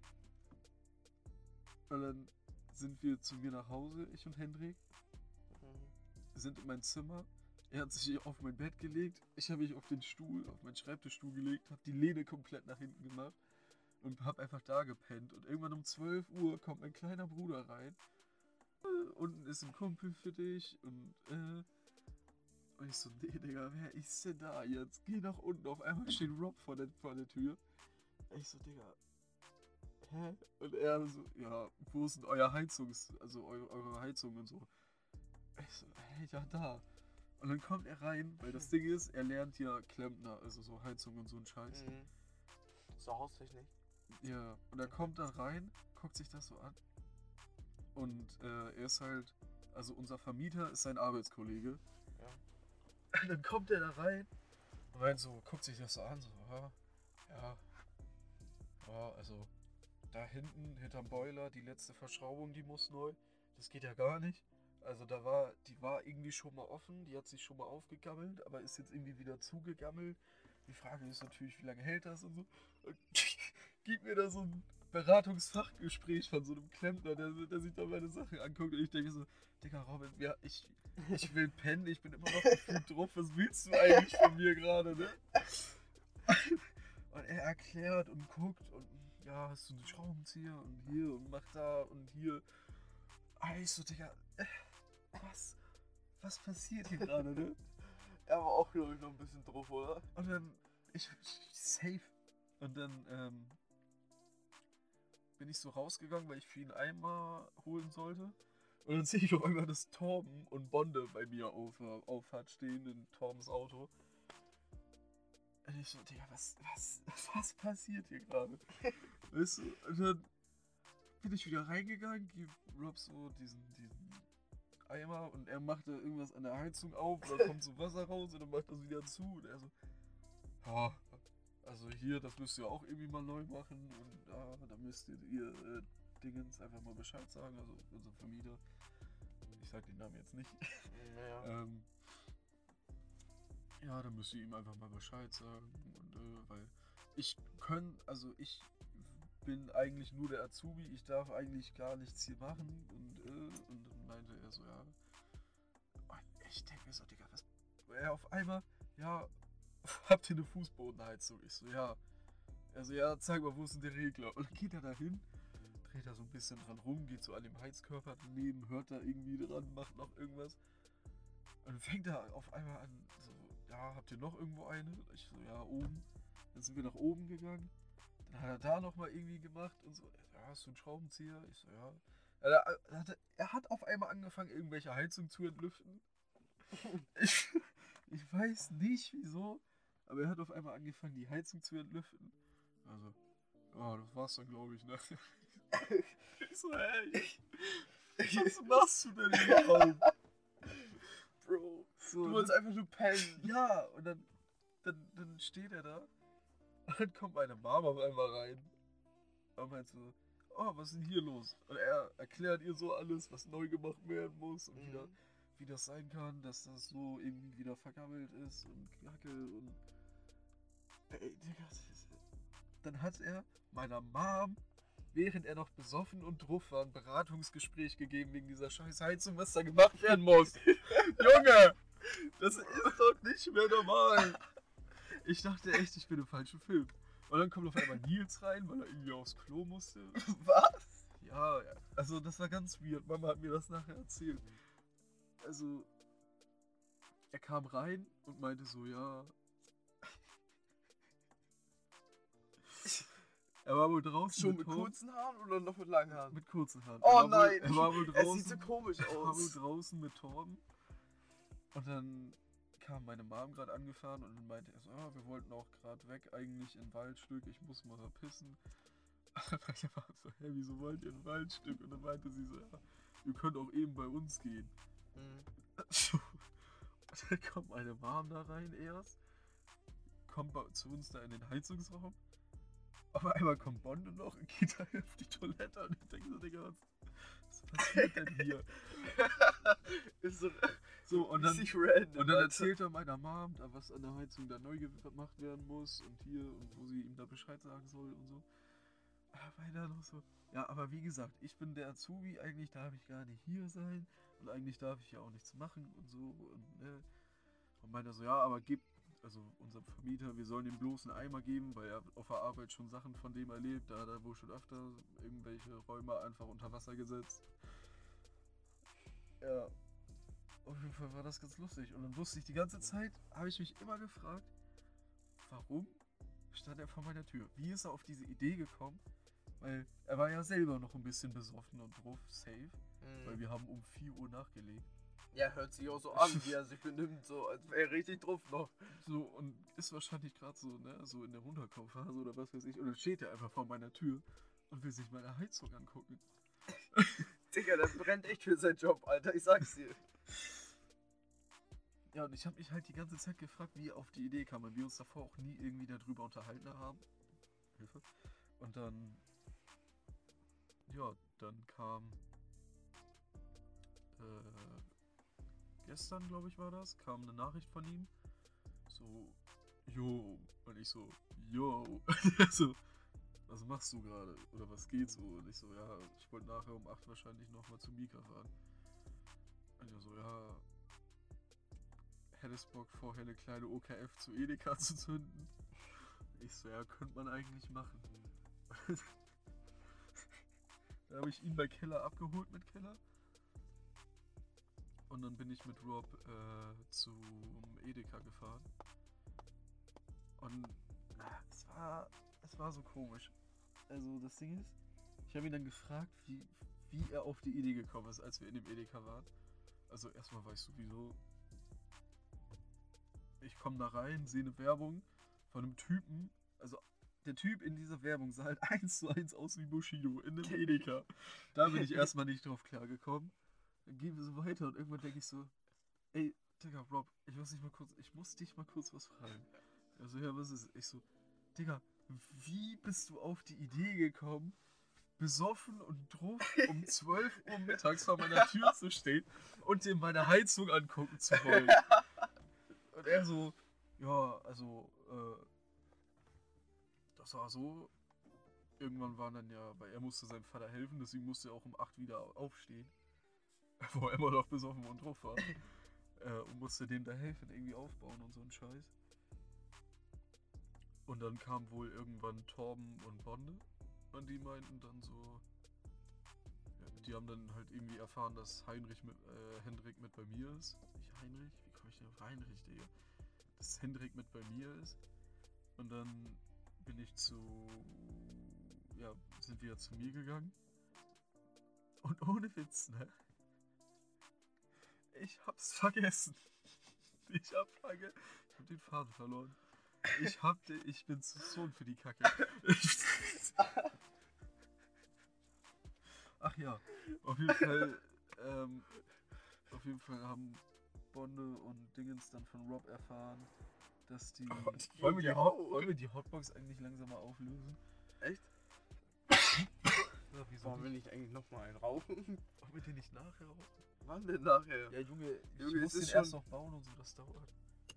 Und dann sind wir zu mir nach Hause, ich und Hendrik. Mhm. Sind in mein Zimmer. Er hat sich auf mein Bett gelegt. Ich habe mich auf den Stuhl, auf meinen Schreibtischstuhl gelegt, habe die Lehne komplett nach hinten gemacht und habe einfach da gepennt. Und irgendwann um zwölf Uhr kommt mein kleiner Bruder rein. Äh, unten ist ein Kumpel für dich. Und, äh, und ich so, nee, Digga, wer ist denn da jetzt? Geh nach unten. Auf einmal steht Rob vor der, vor der Tür. Ich so, Digga, hä? Und er so, ja, wo ist denn euer Heizungs-, also eure, eure Heizung und so? Ich so, hey, ja, da. Und dann kommt er rein, weil das Ding ist, er lernt ja Klempner, also so Heizung und so ein Scheiß. Mhm. So Haustechnik. Ja, und er kommt da rein, guckt sich das so an. Und äh, er ist halt, also unser Vermieter ist sein Arbeitskollege. Ja. Und dann kommt er da rein und meint so, guckt sich das so an, so, ja, ja, ja, also da hinten, hinterm Boiler, die letzte Verschraubung, die muss neu. Das geht ja gar nicht. Also da war, die war irgendwie schon mal offen, die hat sich schon mal aufgegammelt, aber ist jetzt irgendwie wieder zugegammelt. Die Frage ist natürlich, wie lange hält das und so. Und gibt mir da so ein Beratungsfachgespräch von so einem Klempner, der, der sich da meine Sachen anguckt und ich denke so, Digga Robin, ja, ich, ich will pennen, ich bin immer noch gefühlt drauf, was willst du eigentlich von mir gerade, ne? Und er erklärt und guckt und ja, hast du einen Schraubenzieher und hier und mach da und hier. Ah, ich so, Digga, äh, was, was passiert hier gerade, ne? Er war auch, glaube ich, noch ein bisschen drauf, oder? Und dann, ich, ich safe. Und dann ähm, bin ich so rausgegangen, weil ich für ihn Eimer holen sollte. Und dann sehe ich auf einmal, dass Torben und Bonde bei mir auf, auf hat stehen in Torbens Auto. Und ich so, Digga, was, was, was passiert hier gerade? Weißt du, und dann bin ich wieder reingegangen, gebe Rob so diesen, diesen Eimer und er macht da irgendwas an der Heizung auf, dann kommt so Wasser raus und dann macht das wieder zu. Und er so, ja, also hier, das müsst ihr auch irgendwie mal neu machen und ja, da müsst ihr, ihr äh, Dingens einfach mal Bescheid sagen, also unser Vermieter. Ich sag den Namen jetzt nicht. Naja. ähm, ja, dann müsst ihr ihm einfach mal Bescheid sagen. Und, äh, weil ich können, also ich bin eigentlich nur der Azubi, ich darf eigentlich gar nichts hier machen. Und, äh, und dann meinte er so, ja. Und ich denke mir so, Digga, was. Er auf einmal, ja, habt ihr eine Fußbodenheizung? Ich so, ja. Also ja, zeig mal, wo ist denn der Regler? Und dann geht er da hin, dreht da so ein bisschen dran rum, geht so an dem Heizkörper daneben, hört da irgendwie dran, macht noch irgendwas. Und dann fängt er auf einmal an, so, ja, habt ihr noch irgendwo eine? Ich so, ja, oben. Dann sind wir nach oben gegangen. Dann hat er da nochmal irgendwie gemacht und so, ja, hast du einen Schraubenzieher? Ich so, ja. Er, er, hat, er hat auf einmal angefangen, irgendwelche Heizungen zu entlüften. Ich, ich weiß nicht wieso, aber er hat auf einmal angefangen, die Heizung zu entlüften. Also, ja, das war's dann, glaube ich, ne? Ich so, hey, was machst du denn überhaupt? Bro, So, du wolltest dann, einfach nur pennen. ja, und dann, dann, dann steht er da und dann kommt meine Mama auf einmal rein und meint so, oh, was ist denn hier los? Und er erklärt ihr so alles, was neu gemacht werden muss und Mhm. wieder, wie das sein kann, dass das so irgendwie wieder vergammelt ist und Kacke und... Ey, Digga, das ist... Dann hat er meiner Mom, während er noch besoffen und drauf war, ein Beratungsgespräch gegeben wegen dieser scheiß Heizung, was da gemacht werden muss. Junge, das ist doch nicht mehr normal. Ich dachte echt, ich bin im falschen Film. Und dann kommt auf einmal Nils rein, weil er irgendwie aufs Klo musste. Was? Ja, ja, also das war ganz weird. Mama hat mir das nachher erzählt. Also, er kam rein und meinte so, ja... Er war wohl draußen Schon mit, mit Torben. kurzen Haaren oder noch mit langen Haaren? Mit kurzen Haaren. Oh Er war nein, wohl, er war wohl es draußen, sieht so komisch er war wohl aus. draußen mit Torben. Und dann kam meine Mom gerade angefahren und dann meinte er so, ah, wir wollten auch gerade weg eigentlich in ein Waldstück, ich muss mal pissen. Und ich war so, hä, wieso wollt ihr ein Waldstück? Und dann meinte sie so, ja, ihr könnt auch eben bei uns gehen. Mhm. So. Und dann kommt meine Mom da rein erst, kommt bei, zu uns da in den Heizungsraum. Auf einmal kommt Bonde noch und geht da auf die Toilette und ich denke so, Digga, was, was passiert denn hier? Ist so, So, und dann, richtig random, und dann Alter. erzählt er meiner Mom, da was an der Heizung da neu gemacht werden muss und hier und wo sie ihm da Bescheid sagen soll und so. Aber meiner noch so, ja, aber wie gesagt, ich bin der Azubi, eigentlich darf ich gar nicht hier sein und eigentlich darf ich ja auch nichts machen und so. Und, ne? Und meiner so, ja, aber gib, also unserem Vermieter, wir sollen ihm bloß einen Eimer geben, weil er auf der Arbeit schon Sachen von dem erlebt, da hat er wohl schon öfter irgendwelche Räume einfach unter Wasser gesetzt. Ja, auf jeden Fall war das ganz lustig. Und dann wusste ich die ganze Zeit, habe ich mich immer gefragt, warum stand er vor meiner Tür? Wie ist er auf diese Idee gekommen? Weil er war ja selber noch ein bisschen besoffen und drauf, safe. Mhm. Weil wir haben um vier Uhr nachgelegt. Ja, hört sich auch so an, wie er sich benimmt, so als wäre er richtig drauf noch. So, und ist wahrscheinlich gerade so, ne, so in der Runterkaufphase oder was weiß ich. Und dann steht er einfach vor meiner Tür und will sich meine Heizung angucken. Digga, der brennt echt für seinen Job, Alter, ich sag's dir. Ja, und ich habe mich halt die ganze Zeit gefragt, wie er auf die Idee kam, weil wir uns davor auch nie irgendwie darüber unterhalten haben. Hilfe. Und dann, ja, dann kam, äh, gestern, glaube ich, war das, kam eine Nachricht von ihm. So, yo. Und ich so, yo. So, was machst du gerade? Oder was geht so? Und ich so, ja, ich wollte nachher um acht wahrscheinlich nochmal zu Mika fahren. Und er so, ja, hättest Bock vorher eine kleine O K F zu Edeka zu zünden? Ich so, ja, könnte man eigentlich machen. Da habe ich ihn bei Keller abgeholt mit Keller. Und dann bin ich mit Rob äh, zum Edeka gefahren. Und ah, es war, es war so komisch. Also das Ding ist, ich habe ihn dann gefragt, wie, wie er auf die Idee gekommen ist, als wir in dem Edeka waren. Also erstmal war ich sowieso... Ich komme da rein, sehe eine Werbung von einem Typen. Also der Typ in dieser Werbung sah halt eins zu eins aus wie Bushido in einem Edeka. Da bin ich erstmal nicht drauf klargekommen. Dann gehen wir so weiter und irgendwann denke ich so, ey, Digga, Rob, ich muss dich mal kurz, ich muss dich mal kurz was fragen. Also ja, was ist? Ich so, Digga, wie bist du auf die Idee gekommen, besoffen und drauf um zwölf Uhr mittags vor meiner Tür zu stehen und dir meine Heizung angucken zu wollen? Und er so, Ja, also, äh, das war so. Irgendwann waren dann ja, weil er musste seinem Vater helfen, deswegen musste er auch um acht wieder aufstehen. Wo er immer noch besoffen und drauf war. äh, und musste dem da helfen, irgendwie aufbauen und so ein Scheiß. Und dann kam wohl irgendwann Torben und Bonde. Und die meinten dann so. Ja, die haben dann halt irgendwie erfahren, dass Heinrich mit, äh, Hendrik mit bei mir ist. Nicht Heinrich? Wie komme ich denn auf Heinrich, Digga? Dass Hendrik mit bei mir ist. Und dann bin ich zu. Ja, sind wir zu mir gegangen. Und ohne Witz, ne? Ich hab's vergessen. Ich hab verge Ich hab den Faden verloren. Ich hab den. Ich bin zu Sohn für die Kacke. Ach ja, auf jeden Fall. Ähm, auf jeden Fall haben Bonde und Dingens dann von Rob erfahren, dass die. Oh, die wollen, wir die ja Hot, auch. wollen wir die Hotbox eigentlich langsam mal auflösen? Echt? Ja, wieso Wollen wir nicht? nicht eigentlich nochmal einen rauchen? Wollen wir den nicht nachher rauchen? Wann denn nachher? Ja, Junge, ich Junge, muss es den ist erst schon- noch bauen und so, das dauert.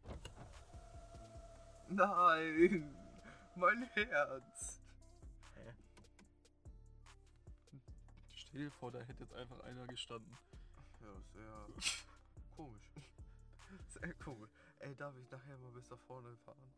Nein! Mein Herz! Hä? Stell dir vor, da hätte jetzt einfach einer gestanden. Ja, sehr komisch. Sehr komisch. Ey, darf ich nachher mal bis da vorne fahren?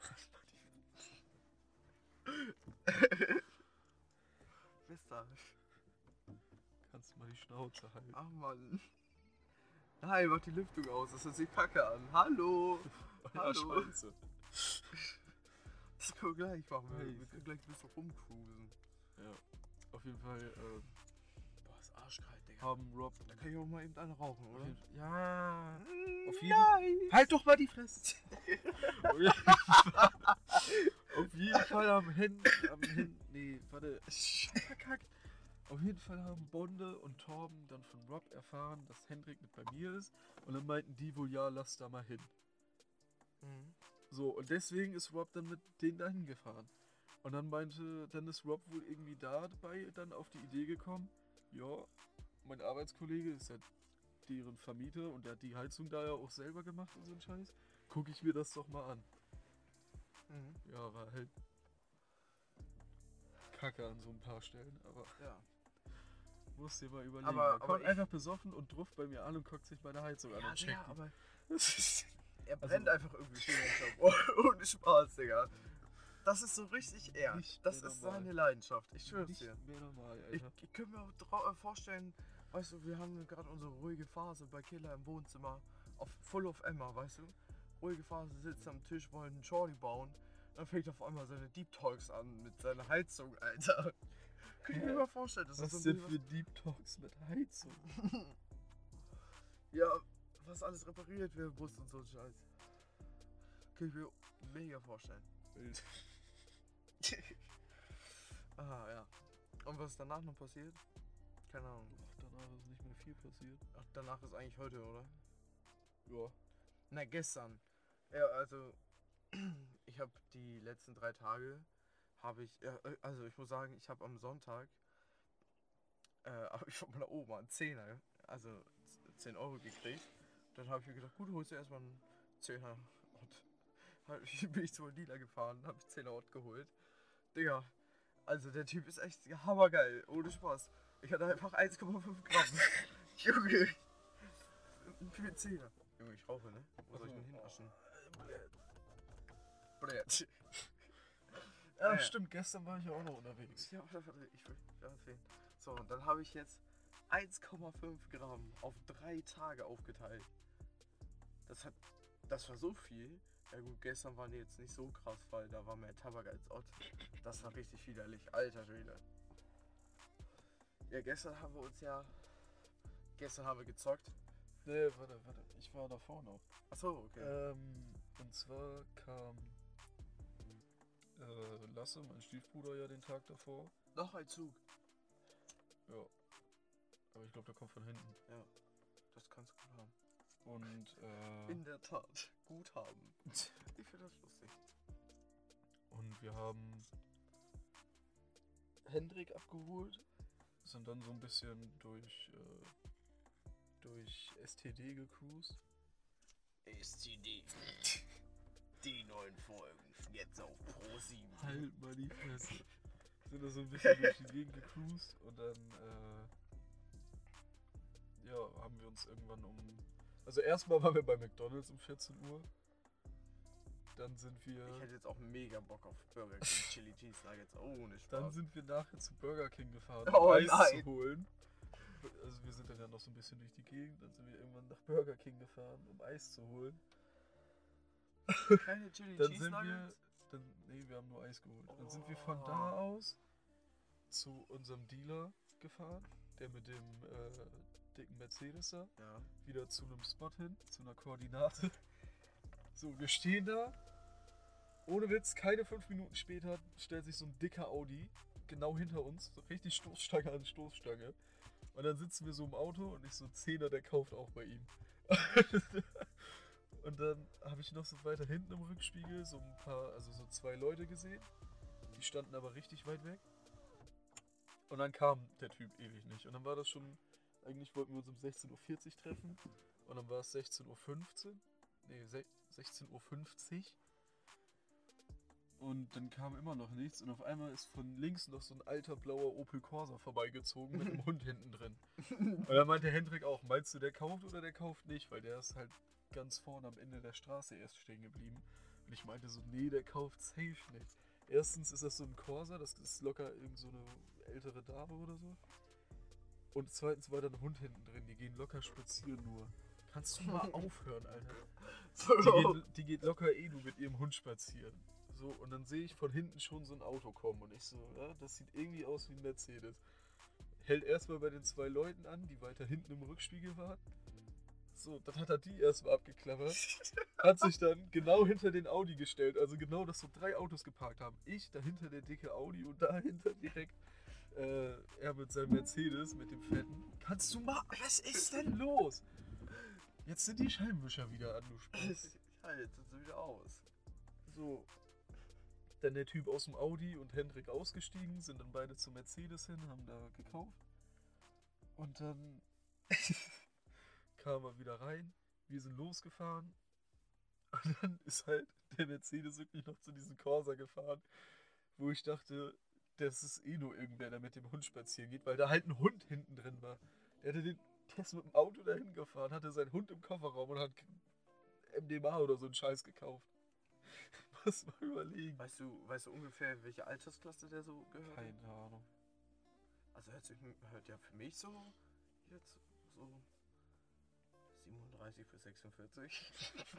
Bis da. Kannst du mal die Schnauze halten? Ach Mann. Nein, mach die Lüftung aus, das hört sich kacke an. Hallo! Hallo! Scheiße. Das können wir gleich machen. Wir, Scheiße. wir können gleich ein bisschen rumcruisen. Ja, auf jeden Fall äh, Boah, ist arschkalt, Digga. haben Rob. Da kann ich auch mal eben eine rauchen, Auf oder? jeden, ja. Mm, Auf jeden- Nein! Halt doch mal die Fresse! auf, jeden Fall, auf jeden Fall haben Hen. Haben Hen nee, warte. Ich hab verkackt. Auf jeden Fall haben Bonde und Torben dann von Rob erfahren, dass Hendrik mit bei mir ist. Und dann meinten die wohl, ja, lass da mal hin. Mhm. So, und deswegen ist Rob dann mit denen dahin gefahren. Und dann meinte, dann ist Rob wohl irgendwie dabei dann auf die Idee gekommen, ja, mein Arbeitskollege ist ja deren Vermieter und der hat die Heizung da ja auch selber gemacht und so ein Scheiß. Guck ich mir das doch mal an. Mhm. Ja, war halt Kacke an so ein paar Stellen, aber Ja. musst dir mal überlegen. Aber- er aber kommt ich- einfach besoffen und druft bei mir an und guckt sich meine Heizung an Ja, und Digga, checkt die. aber Das er brennt einfach irgendwie für den Job. Ohne Spaß, Digga. Das ist so richtig er. Nicht Das mehr ist normal. seine Leidenschaft. Ich ist schwör's nicht dir. mehr normal, Ich, Alter. ich könnte mir auch drau- äh, vorstellen, weißt du, wir haben gerade unsere ruhige Phase bei Killer im Wohnzimmer. Auf Full of Emma, weißt du? Ruhige Phase, sitzt am Tisch, wollen einen Shorty bauen. Dann fängt auf einmal seine Deep Talks an mit seiner Heizung, Alter. Könnte ich mir mal vorstellen, das Was ist so ein denn bisschen für Deep Talks mit Heizung? Ja, was alles repariert werden muss und so ein Scheiß. Kann ich mir mega vorstellen. Wild. Ah, ja. Und was ist danach noch passiert? Keine Ahnung. Ach, danach ist nicht mehr viel passiert. Ach, danach ist eigentlich heute, oder? Ja. Na, gestern. Ja, also, ich habe die letzten drei Tage, habe ich, ja, äh, also ich muss sagen, ich habe am Sonntag, äh, habe ich von meiner Oma einen Zehner, also zehn Euro gekriegt. Dann habe ich mir gedacht, gut, holst du erstmal einen Zehner Ort. Hab ich- Bin ich zum Dealer gefahren, habe ich Zehner Ort geholt. Digga, also der Typ ist echt hammergeil, ohne Spaß. Ich hatte einfach eins Komma fünf Gramm. Junge. Für den Zehner. Junge, ich rauche, ne? Wo soll ich denn hinaschen? Brett. Ja, Ja. stimmt, gestern war ich ja auch noch unterwegs. Ja, warte, warte, ich will ja, erzählen. So, und dann habe ich jetzt eins Komma fünf Gramm auf drei Tage aufgeteilt. Das hat, das war so viel. Ja gut, gestern waren die jetzt nicht so krass, weil da war mehr Tabak als Ott. Das war richtig widerlich, alter Schwede. Ja, gestern haben wir uns ja, gestern haben wir gezockt. Nee, warte, warte, ich war davor noch. Achso, okay. Ähm, und zwar kam äh, Lasse, mein Stiefbruder, ja den Tag davor. Noch ein Zug. Ja. Aber ich glaube, der kommt von hinten. Ja, das kannst du gut haben. Und, äh, In der Tat, gut haben. Ich finde das lustig. und wir haben Hendrik abgeholt. Sind dann so ein bisschen durch, äh, durch S T D gecruised. S T D. Die neuen Folgen jetzt auf Pro sieben. Halt mal die Fresse. Sind da so ein bisschen durch die Gegend gecruised und dann, äh, ja, haben wir uns irgendwann um... Also erstmal waren wir bei McDonald's um vierzehn Uhr. Dann sind wir... Ich hätte jetzt auch mega Bock auf Burger King Chili Cheese Nuggets. Ohne Spaß. Dann sind wir nachher zu Burger King gefahren, um Oh Eis nein. zu holen. Also wir sind dann ja noch so ein bisschen durch die Gegend. Dann sind wir irgendwann nach Burger King gefahren, um Eis zu holen. Keine Chili Dann Cheese sind Nuggets? wir... Dann, nee, wir haben nur Eis geholt. Dann sind wir von da aus zu unserem Dealer gefahren, der mit dem äh, dicken Mercedes da. Ja. Wieder zu einem Spot hin, zu einer Koordinate. So, wir stehen da. Ohne Witz, keine fünf Minuten später stellt sich so ein dicker Audi genau hinter uns. So richtig Stoßstange an Stoßstange. Und dann sitzen wir so im Auto und ich so, Zehner, der kauft auch bei ihm. Und dann habe ich noch so weiter hinten im Rückspiegel so ein paar, also so zwei Leute gesehen. Die standen aber richtig weit weg. Und dann kam der Typ ewig nicht. Und dann war das schon, eigentlich wollten wir uns um sechzehn Uhr vierzig treffen. Und dann war es sechzehn Uhr fünfzehn. Nee, sechzehn Uhr fünfzig. Und dann kam immer noch nichts. Und auf einmal ist von links noch so ein alter blauer Opel Corsa vorbeigezogen mit einem Hund hinten drin. Und dann meinte Hendrik auch, meinst du, der kauft oder der kauft nicht? Weil der ist halt ganz vorne am Ende der Straße erst stehen geblieben. Und ich meinte so, nee, der kauft safe nicht. Erstens ist das so ein Corsa, das ist locker irgend so eine ältere Dame oder so. Und zweitens war da ein Hund hinten drin, die gehen locker spazieren nur. Kannst du mal aufhören, Alter? Die geht, die geht locker eh nur mit ihrem Hund spazieren. So, und dann sehe ich von hinten schon so ein Auto kommen und ich so, ja, das sieht irgendwie aus wie ein Mercedes. Hält erstmal bei den zwei Leuten an, die weiter hinten im Rückspiegel waren. So, dann hat er die erstmal abgeklappert, hat sich dann genau hinter den Audi gestellt, also genau, dass so drei Autos geparkt haben. Ich, dahinter der dicke Audi und dahinter direkt äh, er mit seinem Mercedes, mit dem fetten. Kannst du mal, was ist denn los? Jetzt sind die Scheibenwischer wieder an, du Spaß. Ja, jetzt sind sie wieder aus. So, dann der Typ aus dem Audi und Hendrik ausgestiegen, sind dann beide zum Mercedes hin, haben da gekauft. Und dann kam er wieder rein, wir sind losgefahren. Und dann ist halt der Mercedes wirklich noch zu diesem Corsa gefahren, wo ich dachte, das ist eh nur irgendwer, der mit dem Hund spazieren geht, weil da halt ein Hund hinten drin war. Der hatte den Test mit dem Auto dahin gefahren, hatte seinen Hund im Kofferraum und hat M D M A oder so einen Scheiß gekauft. Muss mal überlegen. Weißt du, weißt du ungefähr, welche Altersklasse der so gehört? Keine Ahnung. Also hört, sich, hört ja für mich so jetzt so siebenunddreißig bis sechsundvierzig.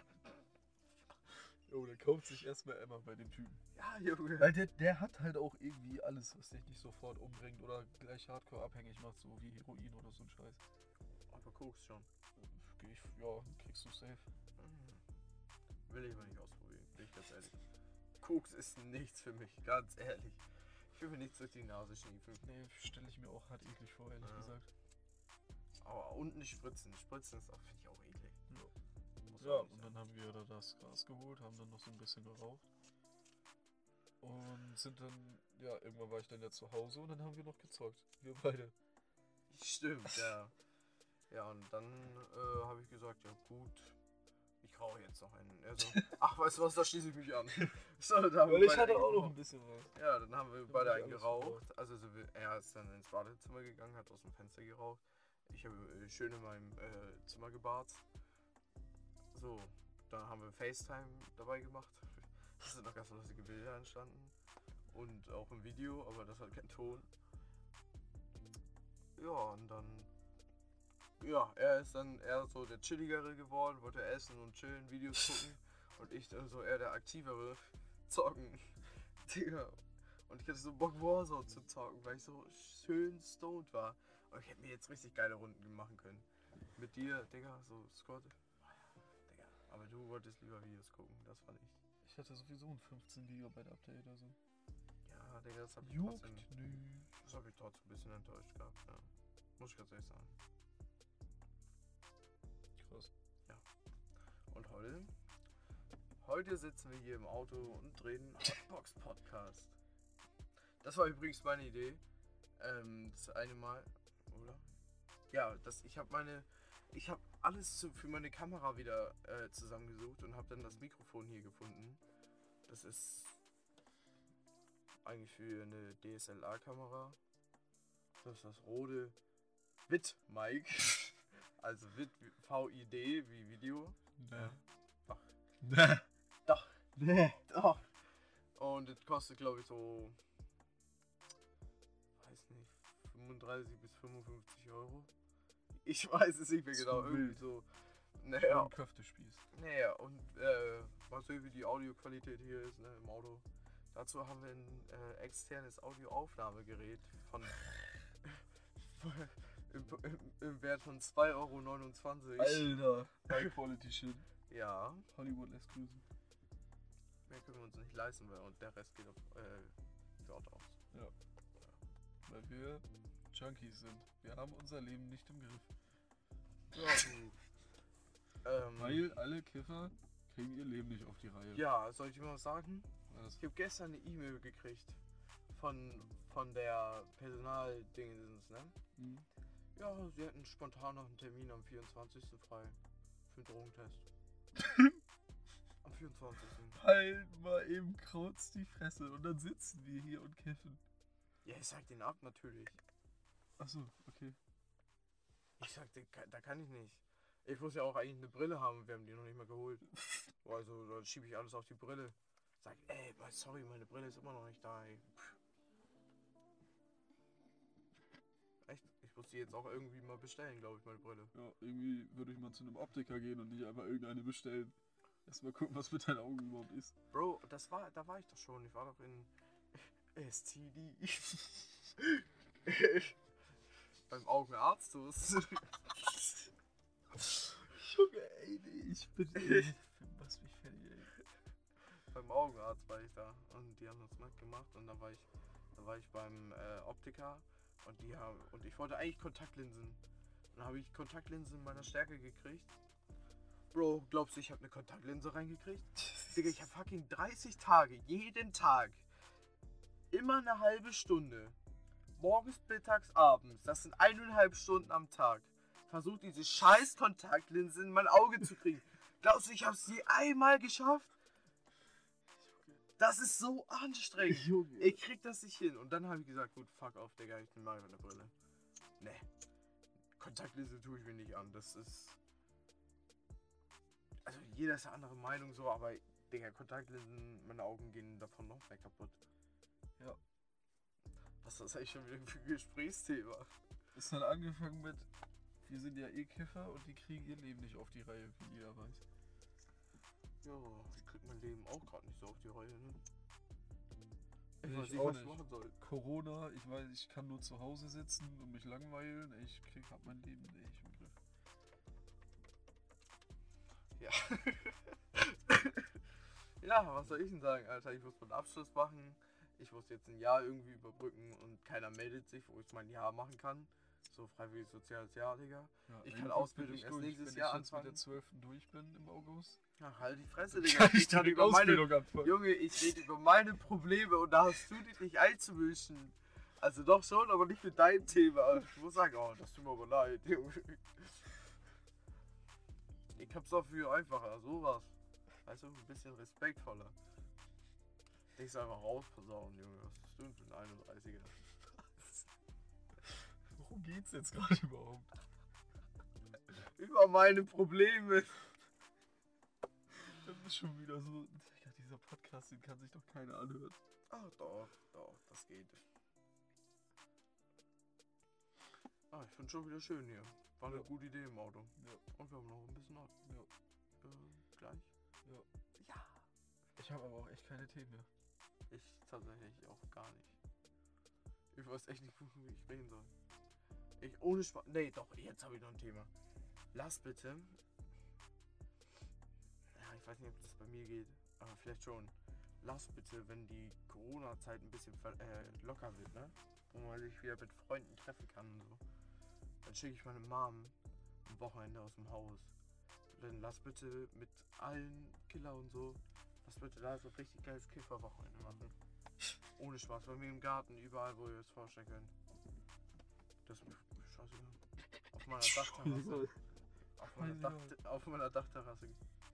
Jo, der kauft sich erstmal Emma bei dem Typen. Ja, Junge. Weil der, der hat halt auch irgendwie alles, was dich nicht sofort umbringt oder gleich hardcore abhängig macht, so wie Heroin oder so ein Scheiß. Aber guckst schon. Geh ich, ja, kriegst du safe. Mhm. Will ich mal nicht ausprobieren, bin ich ganz ehrlich. Koks ist nichts für mich, ganz ehrlich. Ich will mir nichts durch die Nase schniefen. Nee, stelle ich mir auch hart eklig vor, ehrlich Ja. gesagt. Aber unten nicht spritzen. Spritzen ist auch, finde ich auch eklig. Ja. Muss Ja, auch nicht und sein. dann haben wir da das Gras geholt, haben dann noch so ein bisschen geraucht. Und sind dann, ja, irgendwann war ich dann ja zu Hause und dann haben wir noch gezockt. Wir beide. Stimmt, ja. Ja, und dann äh, habe ich gesagt, ja gut, ich rauche jetzt noch einen. Er so, ach, weißt du was, da schließe ich mich an. So, da haben wir Weil ich beide hatte einen auch noch geraucht. ein bisschen was. Ja, dann haben wir Dann beide hab ich einen alles geraucht. Also so, wir- er ist dann ins Badezimmer gegangen, hat aus dem Fenster geraucht. Ich habe äh, schön in meinem äh, Zimmer gebarzt. So, dann haben wir FaceTime dabei gemacht. Es sind noch ganz lustige Bilder entstanden. Und auch im Video, aber das hat keinen Ton. Ja, und dann... Ja, er ist dann eher so der Chilligere geworden, wollte essen und chillen, Videos gucken. Und ich dann so eher der Aktivere, zocken. Digga. Und ich hatte so Bock, Warzone zu zocken, weil ich so schön stoned war. Und ich hätte mir jetzt richtig geile Runden machen können. Mit dir, Digga, so Squad. Digga. Aber du wolltest lieber Videos gucken, das fand ich. Ich hatte sowieso ein fünfzehn Gigabyte Update oder so. Ja, Digga, das hat mich Juckt, trotzdem, nö. das hat mich trotzdem ein bisschen enttäuscht gehabt, ja. Muss ich ganz ehrlich sagen. Krass. Und heute? Heute sitzen wir hier im Auto und drehen Hotbox Podcast. Das war übrigens meine Idee. Ähm, das eine Mal, oder? Ja, das, ich habe meine Ich habe alles zu, für meine Kamera wieder äh, zusammengesucht und habe dann das Mikrofon hier gefunden. Das ist eigentlich für eine D S L R-Kamera. Das ist das Rode Vid-Mic. Also Vid, V I D wie Video. Ne. Doch. Ne. Doch. Ne. Doch. Und das kostet, glaube ich, so, weiß nicht, fünfunddreißig bis fünfundfünfzig Euro. Ich weiß es nicht mehr genau. Zu Irgendwie wild. so. Naja. Ein Köftespieß. Naja, und äh, mal sehen, wie die Audioqualität hier ist, ne, im Auto. Dazu haben wir ein äh, externes Audioaufnahmegerät von im, im, im Wert von zwei Euro neunundzwanzig. Alter. High Quality Shit. Ja, Hollywood lässt grüßen. mehr können wir uns nicht leisten, weil und der Rest geht auf äh, dort aus. Ja. Weil wir Junkies sind. Wir haben unser Leben nicht im Griff. Ja, du. Ähm, Weil alle Kiffer kriegen ihr Leben nicht auf die Reihe. ja, soll ich dir mal was sagen? Was? Ich habe gestern eine E-Mail gekriegt von, von der Personaldingens, ne? Hm. Ja, sie hätten spontan noch einen Termin am vierundzwanzigsten frei für einen Drogentest. Am vierundzwanzigsten Halt mal eben kurz die Fresse und dann sitzen wir hier und kiffen. Ja, ich sag den ab, natürlich. Achso, okay. Ich sag, den kann- da kann ich nicht. Ich muss ja auch eigentlich eine Brille haben, wir haben die noch nicht mal geholt. Also, da schiebe ich alles auf die Brille. Sag, ey, sorry, meine Brille ist immer noch nicht da, ey. Echt? Ich muss die jetzt auch irgendwie mal bestellen, glaube ich, meine Brille. Ja, irgendwie würde ich mal zu einem Optiker gehen und nicht einfach irgendeine bestellen. Erstmal gucken, was mit deinen Augen überhaupt ist. Bro, das war, da war ich doch schon. Ich war doch in S T D. Beim Augenarzt. Du. Junge, ey, nee, ich bin ey, was mich fertig, ey. Beim Augenarzt war ich da und die haben das nackt gemacht und dann war ich, dann war ich beim äh, Optiker und die haben und ich wollte eigentlich Kontaktlinsen. Dann habe ich Kontaktlinsen in meiner Stärke gekriegt. Bro, glaubst du, ich habe eine Kontaktlinse reingekriegt? Digga, ich habe fucking dreißig Tage, jeden Tag, immer eine halbe Stunde, morgens, mittags, abends, das sind eineinhalb Stunden am Tag, versucht diese scheiß Kontaktlinse in mein Auge zu kriegen. Glaubst du, ich habe es je einmal geschafft? Das ist so anstrengend. Junge. Ich krieg das nicht hin. Und dann habe ich gesagt, gut, fuck off, Digga, ich nehme einfach eine Brille. Ne, Kontaktlinse tue ich mir nicht an. Das ist... Also jeder ist eine andere Meinung so, aber Digga, Kontaktlinsen, meine Augen gehen davon noch mehr kaputt. Ja. Was ist das eigentlich schon wieder für ein Gesprächsthema? Es hat angefangen mit, wir sind ja eh Kiffer und die kriegen ihr Leben nicht auf die Reihe, wie jeder weiß. Ja, ich krieg mein Leben auch gerade nicht so auf die Reihe, ne? Ich Ich weiß nicht, auch was ich nicht. machen soll. Corona, ich weiß, ich kann nur zu Hause sitzen und mich langweilen. Ich krieg hab mein Leben nicht im Griff. Ja. Ja, was soll ich denn sagen, Alter? Ich muss meinen Abschluss machen. Ich muss jetzt ein Jahr irgendwie überbrücken und keiner meldet sich, wo ich mein Jahr machen kann. So freiwillig soziales Jahr, Digga. Ja, Ich eigentlich kann Ausbildung bin ich erst durch. nächstes Wenn Jahr ich jetzt mit anfangen. der zwölften durch bin im August, Ach, halt die Fresse, Digga. kann ich Ich rede direkt über meine, Ausbildung anfangen. Junge, ich rede über meine Probleme und da hast du dich nicht einzumischen. Also doch schon, aber nicht mit deinem Thema. Ich muss sagen, oh, das tut mir aber leid, Junge. Ich hab's doch viel einfacher, sowas. Weißt du, ein bisschen respektvoller. Ich sag einfach rausposaunen, Junge. Was ist denn für ein einunddreißiger? Worum geht's jetzt gerade überhaupt? Über meine Probleme. Das ist schon wieder so. Digga, dieser Podcast, den kann sich doch keiner anhören. Ach doch, doch, das geht. Ah, ich find's schon wieder schön hier. War eine Ja. gute Idee im Auto. Ja, Und wir haben noch ein bisschen Ort. ja, Äh, gleich? ja. Ja. Ich habe aber auch echt keine Themen mehr. Ich tatsächlich auch gar nicht. Ich weiß echt nicht, wie ich reden soll. Ich ohne Spaß. Nee, doch, jetzt habe ich noch ein Thema. Lass bitte. Ja, ich weiß nicht, ob das bei mir geht, aber vielleicht schon. Lass bitte, wenn die Corona-Zeit ein bisschen ver- äh, locker wird, ne? Wo man sich wieder mit Freunden treffen kann und so. Dann schicke ich meine Mom am Wochenende aus dem Haus. Dann lass bitte mit allen Killer und so, lass bitte da so richtig geiles Kifferwochenende machen. Ohne Spaß, bei mir im Garten, überall, wo ihr es vorstellen könnt. Das ist mir scheißegal. Auf meiner Dachterrasse. meiner, Dach, auf meiner Dachterrasse.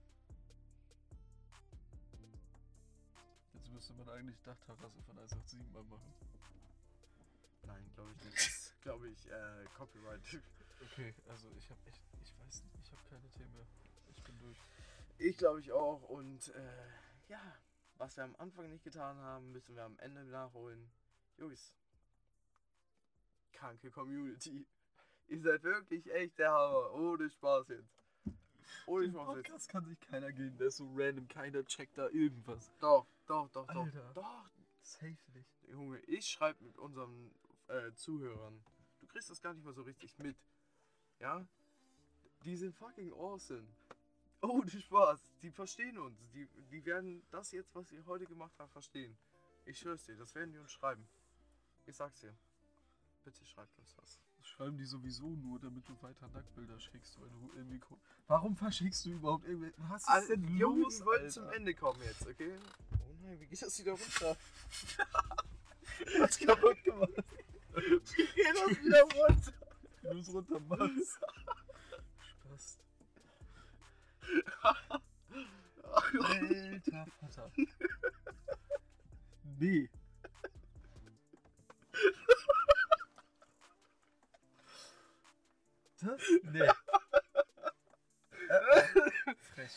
Jetzt müsste man eigentlich Dachterrasse von eins acht sieben mal machen. Nein, glaube ich nicht. Das ist, glaube ich, äh, Copyright. Okay, also ich habe echt, ich weiß nicht, ich habe keine Themen mehr. Ich bin durch. Ich glaube ich auch. Und äh, ja, was wir am Anfang nicht getan haben, müssen wir am Ende nachholen. Jungs, kranke Community. Ihr seid wirklich echt der Hammer. Ohne Spaß jetzt. Ohne Den Spaß jetzt. Podcast kann sich keiner geben, der ist so random, keiner checkt da irgendwas. Doch, doch, doch, doch. Alter. Doch. Safe nicht. Junge, ich schreibe mit unseren äh, Zuhörern. Du kriegst das gar nicht mal so richtig mit. Ja? Die sind fucking awesome. Ohne Spaß. Die verstehen uns. Die, die werden das jetzt, was ihr heute gemacht habt, verstehen. Ich schwör's dir, das werden die uns schreiben. Ich sag's dir. Bitte schreibt uns das. Das schreiben die sowieso nur, damit du weiter Nacktbilder schickst, weil du irgendwie... Ko- Warum verschickst du überhaupt irgendwie... Was ist All, denn die los, Jungs wollten Alter? zum Ende kommen jetzt, okay? Oh nein, wie geht das wieder runter? Du hast kaputt gemacht. Wie geht das wieder runter? Wie du es runter machst. Spaß. Alter Vater. Nee. Das? Nee. Äh, frech.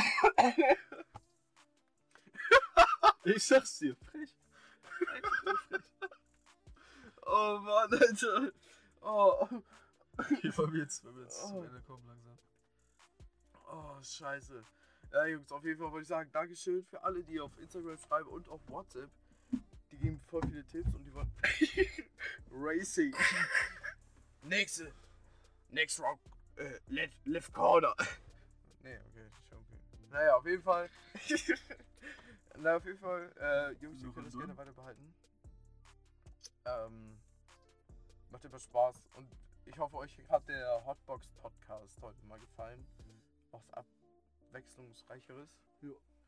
Ich sag's dir, frech. Einfach nur frech. Oh Mann, Alter. Oh. Okay, wollen wir jetzt, wollen wir jetzt Oh. zum Ende kommen langsam. Oh, scheiße. Ja, Jungs, auf jeden Fall wollte ich sagen, Dankeschön für alle, die auf Instagram schreiben und auf WhatsApp. Die geben voll viele Tipps und die wollen... Racing. Nächste. Next Rock. Äh, left, left Corner. Nee, okay, schon okay. Naja, auf jeden Fall. Na, auf jeden Fall. Äh, Jungs, ihr Noch könnt das ein gerne Sohn? weiter behalten. Ähm, macht immer Spaß und ich hoffe, euch hat der Hotbox Podcast heute mal gefallen. Was abwechslungsreicheres. Ja.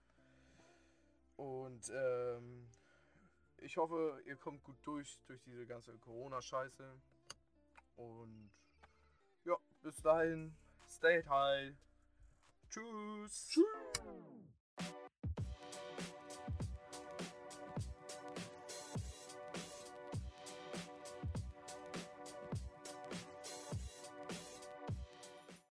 Und ähm, ich hoffe, ihr kommt gut durch, durch diese ganze Corona-Scheiße. Und ja, bis dahin, stay high. Tschüss. Tschüss.